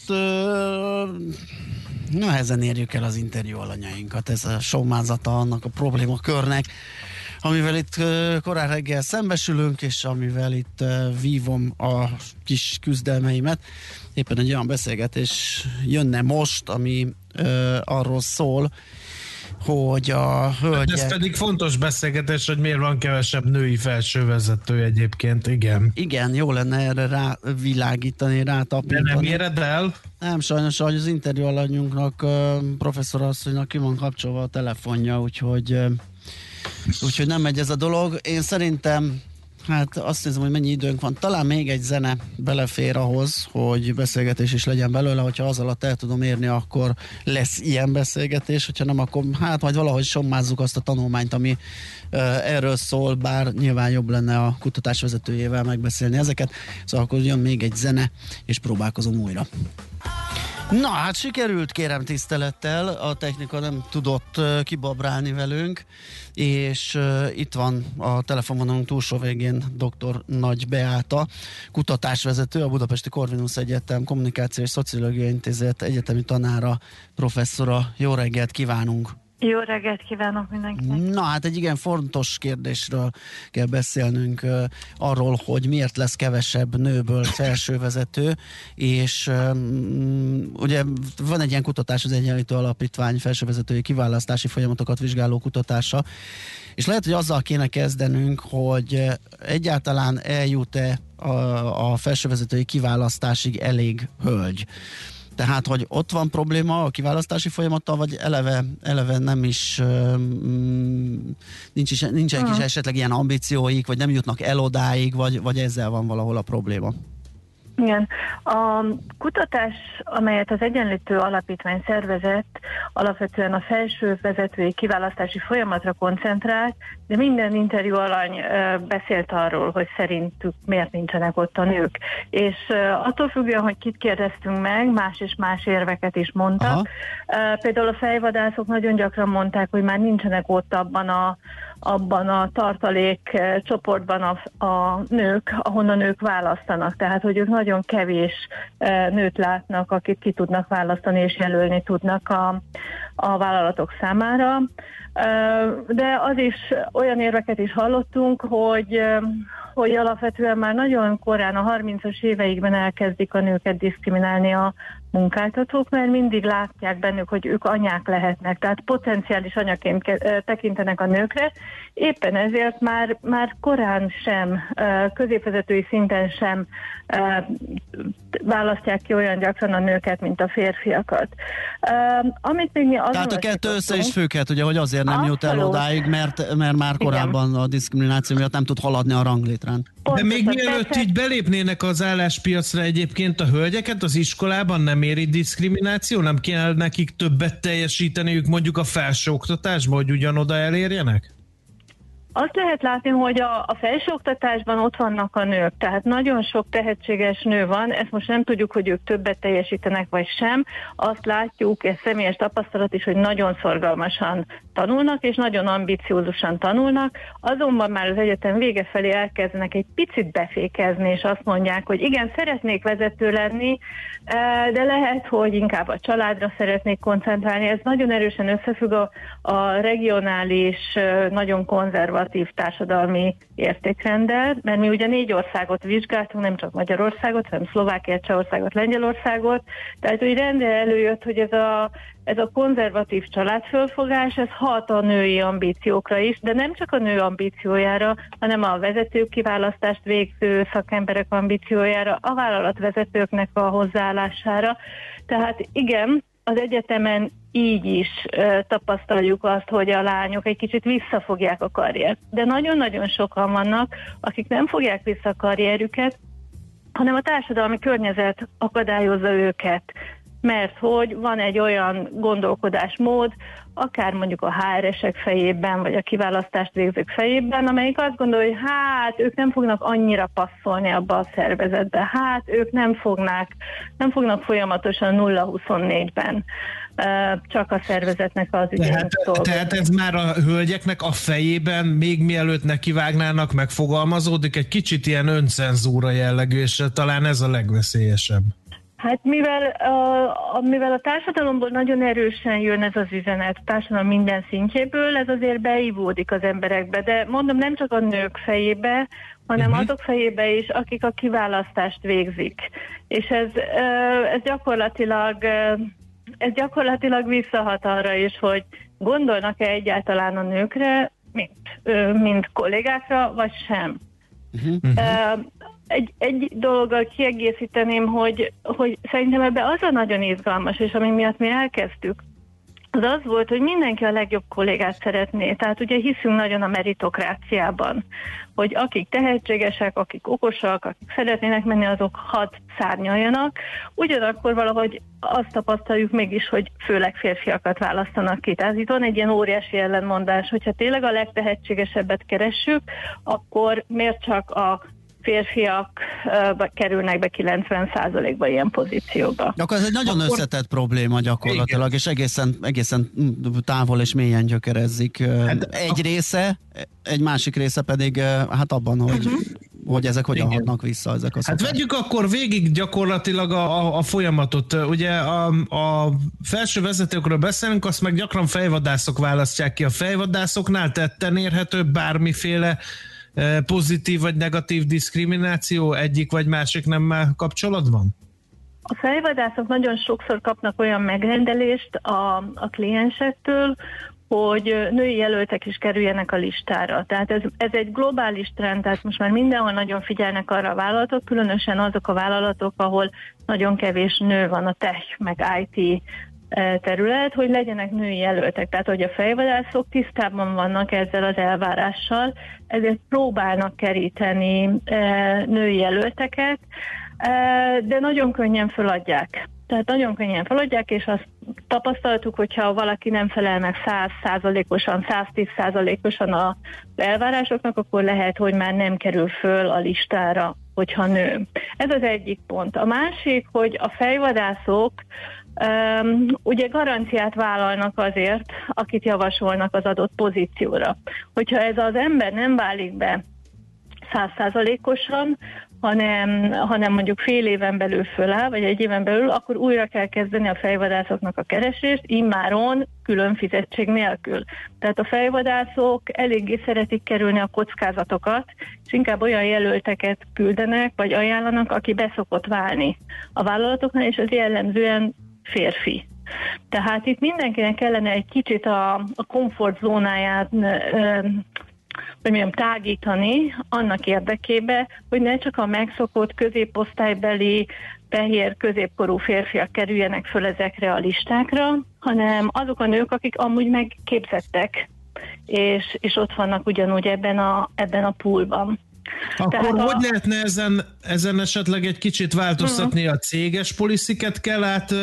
nehezen érjük el az interjú alanyainkat, ez a sommázata annak a problémakörnek, amivel itt korán reggel szembesülünk, és amivel itt vívom a kis küzdelmeimet. Éppen egy olyan beszélgetés jönne most, ami arról szól, hogy a hölgyek... Ez pedig fontos beszélgetés, hogy miért van kevesebb női felsővezető egyébként, igen. Igen, jó lenne erre rávilágítani, rátapintani. De nem éred el? Nem, sajnos, ahogy az interjú alanyunknak, professzor asszonynak ki van kapcsolva a telefonja, úgyhogy nem megy ez a dolog. Én szerintem, Hát azt nézem, hogy mennyi időnk van. Talán még egy zene belefér ahhoz, hogy beszélgetés is legyen belőle. Hogyha az alatt el tudom érni, akkor lesz ilyen beszélgetés. Hogyha nem, akkor hát majd valahogy sommázzuk azt a tanulmányt, ami erről szól, bár nyilván jobb lenne a kutatás vezetőjével megbeszélni ezeket. Szóval akkor jön még egy zene, és próbálkozom újra. Na, hát sikerült, kérem tisztelettel, a technika nem tudott kibabrálni velünk, és itt van a telefonvonalunk túlsó végén dr. Nagy Beáta, kutatásvezető, a Budapesti Corvinus Egyetem Kommunikáció és Szociológiai Intézet egyetemi tanára, professzora. Jó reggelt kívánunk! Jó reggelt kívánok mindenkinek! Na hát egy igen fontos kérdésről kell beszélnünk, arról, hogy miért lesz kevesebb nőből felsővezető, és ugye van egy ilyen kutatás, az Egyenlítő Alapítvány felsővezetői kiválasztási folyamatokat vizsgáló kutatása, és lehet, hogy azzal kéne kezdenünk, hogy egyáltalán eljut-e a felsővezetői kiválasztásig elég hölgy. Tehát, hogy ott van probléma a kiválasztási folyamattal, vagy eleve nem is, nincsenek is esetleg ilyen ambícióik, vagy nem jutnak el odáig, vagy ezzel van valahol a probléma? Igen. A kutatás, amelyet az Egyenlítő Alapítvány szervezett, alapvetően a felső vezetői kiválasztási folyamatra koncentrált, de minden interjú alany beszélt arról, hogy szerintük miért nincsenek ott a nők. És attól függően, hogy kit kérdeztünk meg, más és más érveket is mondtak. Például a fejvadászok nagyon gyakran mondták, hogy már nincsenek ott abban a tartalék csoportban a nők, ahonnan nők választanak. Tehát, hogy ők nagyon kevés nőt látnak, akit ki tudnak választani és jelölni tudnak a vállalatok számára. De az is, olyan érveket is hallottunk, hogy alapvetően már nagyon korán, a 30-as éveikben elkezdik a nőket diszkriminálni a munkáltatók, mert mindig látják bennük, hogy ők anyák lehetnek, tehát potenciális anyaként tekintenek a nőkre. Éppen ezért már korán sem, középvezetői szinten sem választják ki olyan gyakran a nőket, mint a férfiakat. Amit még mi tehát a kettő össze is függhet, ugye, hogy azért nem jut el odáig, mert már korábban a diszkrimináció miatt nem tud haladni a ranglétrán. De még mielőtt így belépnének az álláspiacra egyébként a hölgyeket, az iskolában nem éri diszkrimináció? Nem kell nekik többet teljesíteniük mondjuk a felsőoktatásban, hogy ugyanoda elérjenek? Azt lehet látni, hogy a felsőoktatásban ott vannak a nők, tehát nagyon sok tehetséges nő van, ezt most nem tudjuk, hogy ők többet teljesítenek vagy sem. Azt látjuk, ez személyes tapasztalat is, hogy nagyon szorgalmasan tanulnak, és nagyon ambiciózusan tanulnak, azonban már az egyetem vége felé elkezdenek egy picit befékezni, és azt mondják, hogy igen, szeretnék vezető lenni, de lehet, hogy inkább a családra szeretnék koncentrálni. Ez nagyon erősen összefügg a regionális, nagyon konzervatív társadalmi értékrenddel, mert mi ugye 4 országot vizsgáltunk, nem csak Magyarországot, hanem Szlovákiát, Csehországot, Lengyelországot, tehát úgy rendre előjött, hogy ez a konzervatív családfölfogás, ez hat a női ambíciókra is, de nem csak a nő ambíciójára, hanem a vezetők kiválasztást végző szakemberek ambíciójára, a vállalatvezetőknek a hozzáállására. Tehát igen, az egyetemen így is tapasztaljuk azt, hogy a lányok egy kicsit visszafogják a karriert. De nagyon-nagyon sokan vannak, akik nem fogják vissza a karrierüket, hanem a társadalmi környezet akadályozza őket. Mert hogy van egy olyan gondolkodásmód, akár mondjuk a HR-esek fejében, vagy a kiválasztást végzők fejében, amelyik azt gondolja, hogy hát ők nem fognak annyira passzolni abba a szervezetbe, hát ők nem fognak folyamatosan 0-24-ben csak a szervezetnek az ügyeit dolgozni. Tehát ez már a hölgyeknek a fejében, még mielőtt nekivágnának, megfogalmazódik, egy kicsit ilyen öncenzúra jellegű, és talán ez a legveszélyesebb. Hát mivel a társadalomból nagyon erősen jön ez az üzenet, a társadalom minden szintjéből, ez azért beivódik az emberekbe, de mondom, nem csak a nők fejébe, hanem azok fejébe is, akik a kiválasztást végzik. És ez gyakorlatilag visszahat arra is, hogy gondolnak-e egyáltalán a nőkre, mint kollégákra, vagy sem. Egy dologgal kiegészíteném, hogy szerintem ebbe az a nagyon izgalmas, és ami miatt mi elkezdtük az volt, hogy mindenki a legjobb kollégát szeretné. Tehát ugye hiszünk nagyon a meritokráciában, hogy akik tehetségesek, akik okosak, akik szeretnének menni, azok hadd szárnyaljanak. Ugyanakkor valahogy azt tapasztaljuk mégis, hogy főleg férfiakat választanak ki. Tehát itt van egy ilyen óriási ellenmondás, hogyha tényleg a legtehetségesebbet keressük, akkor miért csak a férfiak kerülnek be 90%-ba ilyen pozícióba. De akkor ez egy nagyon összetett probléma gyakorlatilag, igen. És egészen távol és mélyen gyökerezzik. Egy része, egy másik része pedig hát abban, hogy ezek hogyan hatnak vissza, ezek a szokások. Hát vegyük akkor végig gyakorlatilag a folyamatot. Ugye a felső vezetőkről beszélünk, azt meg gyakran fejvadászok választják ki. A fejvadászoknál tetten érhető bármiféle pozitív vagy negatív diszkrimináció egyik vagy másik nemmel kapcsolatban? A fejvadászok nagyon sokszor kapnak olyan megrendelést a kliensektől, hogy női jelöltek is kerüljenek a listára. Tehát ez egy globális trend, tehát most már mindenhol nagyon figyelnek arra a vállalatok, különösen azok a vállalatok, ahol nagyon kevés nő van, a tech meg IT terület, hogy legyenek női jelöltek. Tehát, hogy a fejvadászok tisztában vannak ezzel az elvárással, ezért próbálnak keríteni női jelölteket, de nagyon könnyen feladják. Tehát nagyon könnyen feladják, és azt tapasztaltuk, hogyha valaki nem felel meg 100%-osan, 110%-osan az elvárásoknak, akkor lehet, hogy már nem kerül föl a listára, hogyha nő. Ez az egyik pont. A másik, hogy a fejvadászok ugye garanciát vállalnak azért, akit javasolnak az adott pozícióra. Hogyha ez az ember nem válik be 100%-osan, hanem mondjuk fél éven belül föláll, vagy egy éven belül, akkor újra kell kezdeni a fejvadászoknak a keresést, immáron külön fizetség nélkül. Tehát a fejvadászok eléggé szeretik kerülni a kockázatokat, és inkább olyan jelölteket küldenek, vagy ajánlanak, aki beszokott válni a vállalatoknál, és az jellemzően férfi. Tehát itt mindenkinek kellene egy kicsit a komfortzónáját tágítani annak érdekében, hogy ne csak a megszokott középosztálybeli fehér középkorú férfiak kerüljenek föl ezekre a listákra, hanem azok a nők, akik amúgy megképzettek, és ott vannak ugyanúgy ebben a poolban. Akkor hogy lehetne ezen esetleg egy kicsit változtatni? A céges polisziket kell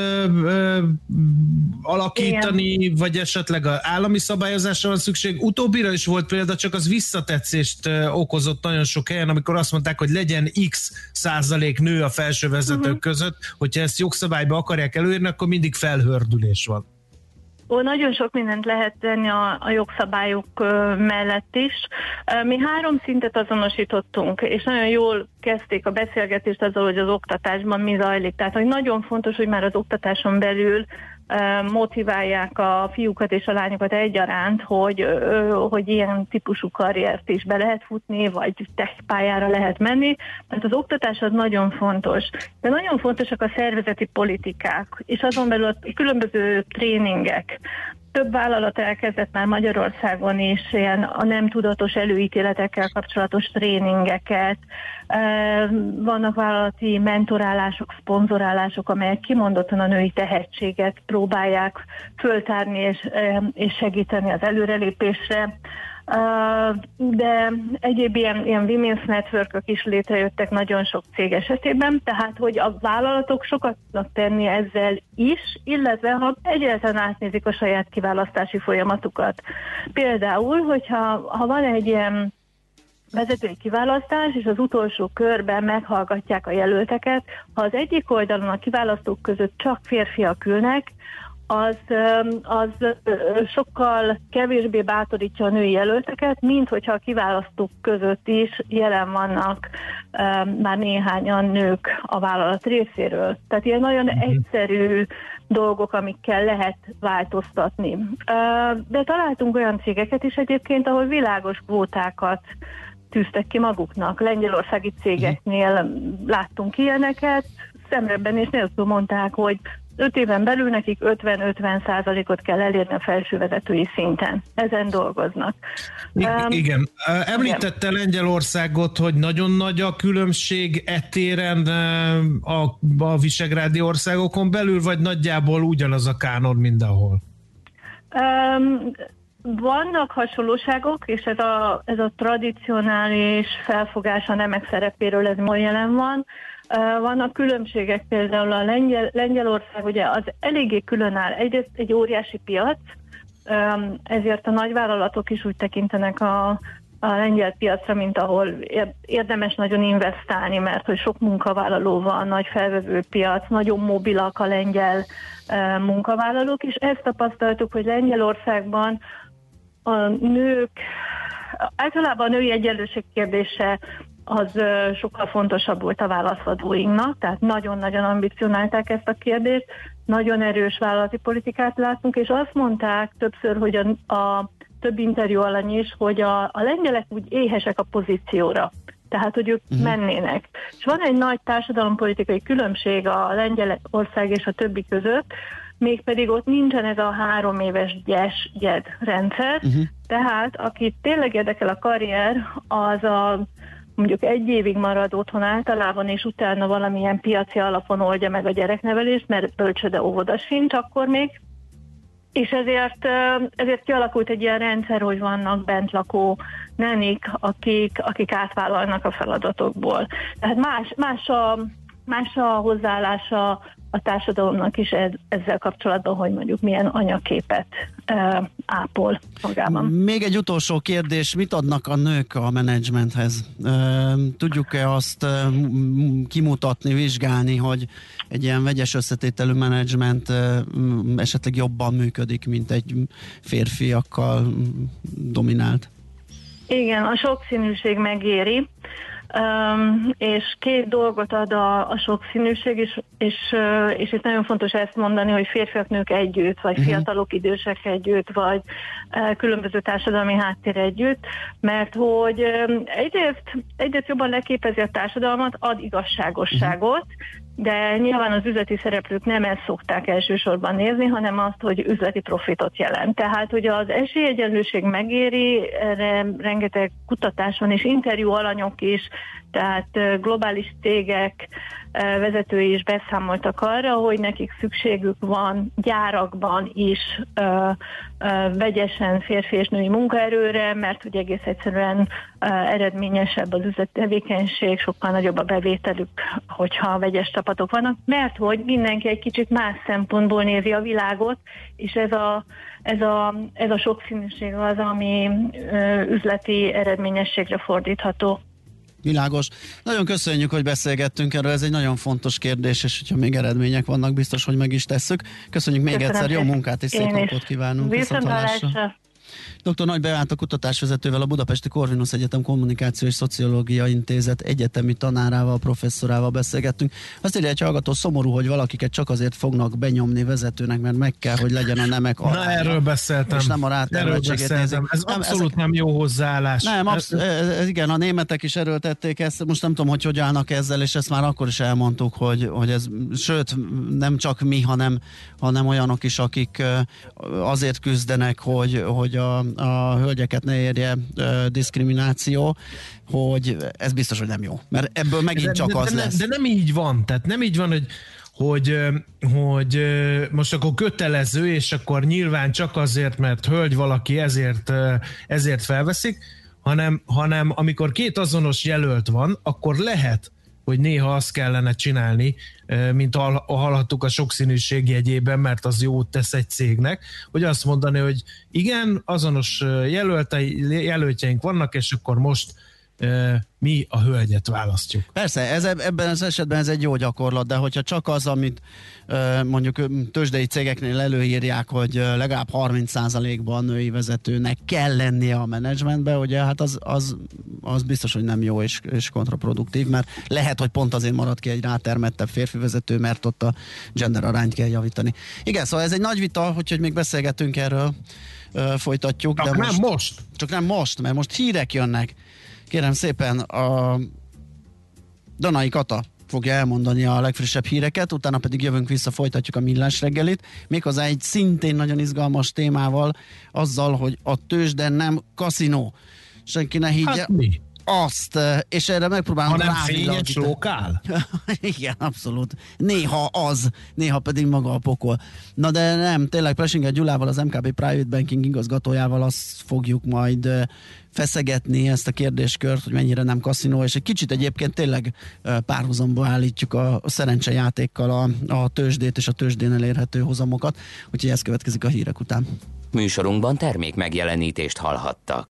alakítani, igen. Vagy esetleg az állami szabályozásra van szükség? Utóbbira is volt példa, csak az visszatetszést okozott nagyon sok helyen, amikor azt mondták, hogy legyen x% nő a felső vezetők között, hogyha ezt jogszabályba akarják előírni, akkor mindig felhördülés van. Nagyon sok mindent lehet tenni a jogszabályok mellett is. Mi 3 szintet azonosítottunk, és nagyon jól kezdték a beszélgetést azzal, hogy az oktatásban mi zajlik. Tehát, hogy nagyon fontos, hogy már az oktatáson belül motiválják a fiúkat és a lányokat egyaránt, hogy ilyen típusú karriert is be lehet futni, vagy tech pályára lehet menni. Tehát az oktatás az nagyon fontos. De nagyon fontosak a szervezeti politikák, és azon belül a különböző tréningek. Több vállalat elkezdett már Magyarországon is ilyen a nem tudatos előítéletekkel kapcsolatos tréningeket. Vannak vállalati mentorálások, szponzorálások, amelyek kimondottan a női tehetséget próbálják föltárni és segíteni az előrelépésre. De egyéb ilyen women's networkök is létrejöttek nagyon sok cég esetében, tehát hogy a vállalatok sokat tudnak tenni ezzel is, illetve ha egyáltalán átnézik a saját kiválasztási folyamatukat. Például, hogyha van egy ilyen vezetői kiválasztás, és az utolsó körben meghallgatják a jelölteket, ha az egyik oldalon a kiválasztók között csak férfiak ülnek, az sokkal kevésbé bátorítja a női jelölteket, mint hogyha a kiválasztók között is jelen vannak már néhányan nők a vállalat részéről. Tehát ilyen nagyon egyszerű dolgok, amikkel lehet változtatni. De találtunk olyan cégeket is egyébként, ahol világos kvótákat tűztek ki maguknak. Lengyelországi cégeknél láttunk ilyeneket, szemrebbenés nélkül mondták, hogy 5 éven belül nekik 50-50%-ot kell elérni a felsővezetői szinten. Ezen dolgoznak. Igen. Említette Lengyelországot, hogy nagyon nagy a különbség etéren a visegrádi országokon belül, vagy nagyjából ugyanaz a kánon mindenhol? Vannak hasonlóságok, és ez a tradicionális felfogás a nemek szerepéről, ez ma jelen van. Vannak különbségek, például a Lengyelország ugye az eléggé különáll. Egyrészt egy óriási piac, ezért a nagyvállalatok is úgy tekintenek a lengyel piacra, mint ahol érdemes nagyon investálni, mert hogy sok munkavállaló van, nagy felvevő piac, nagyon mobilak a lengyel munkavállalók, és ezt tapasztaltuk, hogy Lengyelországban a nők, általában a női egyenlőség kérdése az sokkal fontosabb volt a válaszadóinknak, tehát nagyon-nagyon ambicionálták ezt a kérdést, nagyon erős vállalati politikát láttunk, és azt mondták többször, hogy a több interjú alany is, hogy a lengyelek úgy éhesek a pozícióra, tehát hogy ők mennének. És van egy nagy társadalompolitikai különbség a Lengyelország és a többi között, mégpedig ott nincsen ez a 3 éves gyed rendszer, tehát akit tényleg érdekel a karrier, az mondjuk 1 évig marad otthon általában, és utána valamilyen piaci alapon oldja meg a gyereknevelést, mert bölcsőde óvoda sincs akkor még, és ezért kialakult egy ilyen rendszer, hogy vannak bentlakó nenik, akik átvállalnak a feladatokból. Tehát más a hozzáállása a társadalomnak is ezzel kapcsolatban, hogy mondjuk milyen anyaképet ápol magában. Még egy utolsó kérdés, mit adnak a nők a menedzsmenthez? Tudjuk-e azt kimutatni, vizsgálni, hogy egy ilyen vegyes összetételű menedzsment esetleg jobban működik, mint egy férfiakkal dominált? Igen, a sokszínűség megéri. És 2 dolgot ad a sokszínűség, és itt nagyon fontos ezt mondani, hogy férfiak, nők együtt, vagy fiatalok, idősek együtt, vagy különböző társadalmi háttér együtt, mert hogy egyrészt jobban leképezi a társadalmat, ad igazságosságot, de nyilván az üzleti szereplők nem ezt szokták elsősorban nézni, hanem azt, hogy üzleti profitot jelent. Tehát, hogy az esélyegyenlőség megéri, erre rengeteg kutatás van, és interjú alanyok is, tehát globális cégek vezetői is beszámoltak arra, hogy nekik szükségük van gyárakban is vegyesen férfi és női munkaerőre, mert hogy egész egyszerűen eredményesebb az üzleti tevékenység, sokkal nagyobb a bevételük, hogyha vegyes csapatok vannak, mert hogy mindenki egy kicsit más szempontból nézi a világot, és ez a sokszínűség az, ami üzleti eredményességre fordítható. Világos. Nagyon köszönjük, hogy beszélgettünk erről, ez egy nagyon fontos kérdés, és hogyha még eredmények vannak, biztos, hogy meg is tesszük. Köszönjük még egyszer, jó munkát és szép napot kívánunk. Viszontlátásra. Dr. Nagy Beáta kutatásvezetővel, a Budapesti Corvinus Egyetem Kommunikáció és Szociológia Intézet egyetemi tanárával, professzorával beszélgettünk. Azt írja egy hallgató, szomorú, hogy valakiket csak azért fognak benyomni vezetőnek, mert meg kell, hogy legyen a nemek aránya. Na, erről beszéltem. És nem a rátermeltséget nézik. Ez abszolút nem jó hozzáállás. Nem, igen, a németek is erőltették ezt, most nem tudom, hogy állnak ezzel, és ezt már akkor is elmondtuk, hogy ez, sőt, nem csak mi, hanem olyanok is, akik azért küzdenek, hogy a hölgyeket ne érje diszkrimináció, hogy ez biztos, hogy nem jó. Mert ebből megint csak az lesz. De nem így van. Tehát nem így van, hogy most akkor kötelező, és akkor nyilván csak azért, mert hölgy valaki, ezért felveszik, hanem amikor 2 azonos jelölt van, akkor lehet, hogy néha azt kellene csinálni, mint hallhattuk a sokszínűség jegyében, mert az jót tesz egy cégnek, hogy azt mondani, hogy igen, azonos jelöltjeink vannak, és akkor most mi a hölgyet választjuk. Persze, ebben az esetben ez egy jó gyakorlat, de hogyha csak az, amit mondjuk tőzsdei cégeknél előírják, hogy legalább 30%-ban női vezetőnek kell lennie a menedzsmentben, ugye hát az biztos, hogy nem jó és kontraproduktív, mert lehet, hogy pont azért marad ki egy rátermettebb férfi vezető, mert ott a gender arányt kell javítani. Igen, szóval ez egy nagy vita, hogy még beszélgetünk erről, folytatjuk. Csak de nem most. Csak nem most, mert most hírek jönnek. Kérem szépen, a Danai Kata fogja elmondani a legfrissebb híreket, utána pedig jövünk vissza, folytatjuk a Millás reggelit, méghozzá egy szintén nagyon izgalmas témával, azzal, hogy a tőzsde nem kaszinó. Senki ne higgye. Hát mi? azt, és erre megpróbálom hanem fényes lokál? Igen, abszolút. Néha az, néha pedig maga a pokol. Na de nem, tényleg Plesinger Gyulával, az MKB Private Banking igazgatójával azt fogjuk majd feszegetni ezt a kérdéskört, hogy mennyire nem kaszinó, és egy kicsit egyébként tényleg párhuzamba állítjuk a szerencsejátékkal a tőzsdét és a tőzsdén elérhető hozamokat, úgyhogy ez következik a hírek után. Műsorunkban termék megjelenítést hallhattak.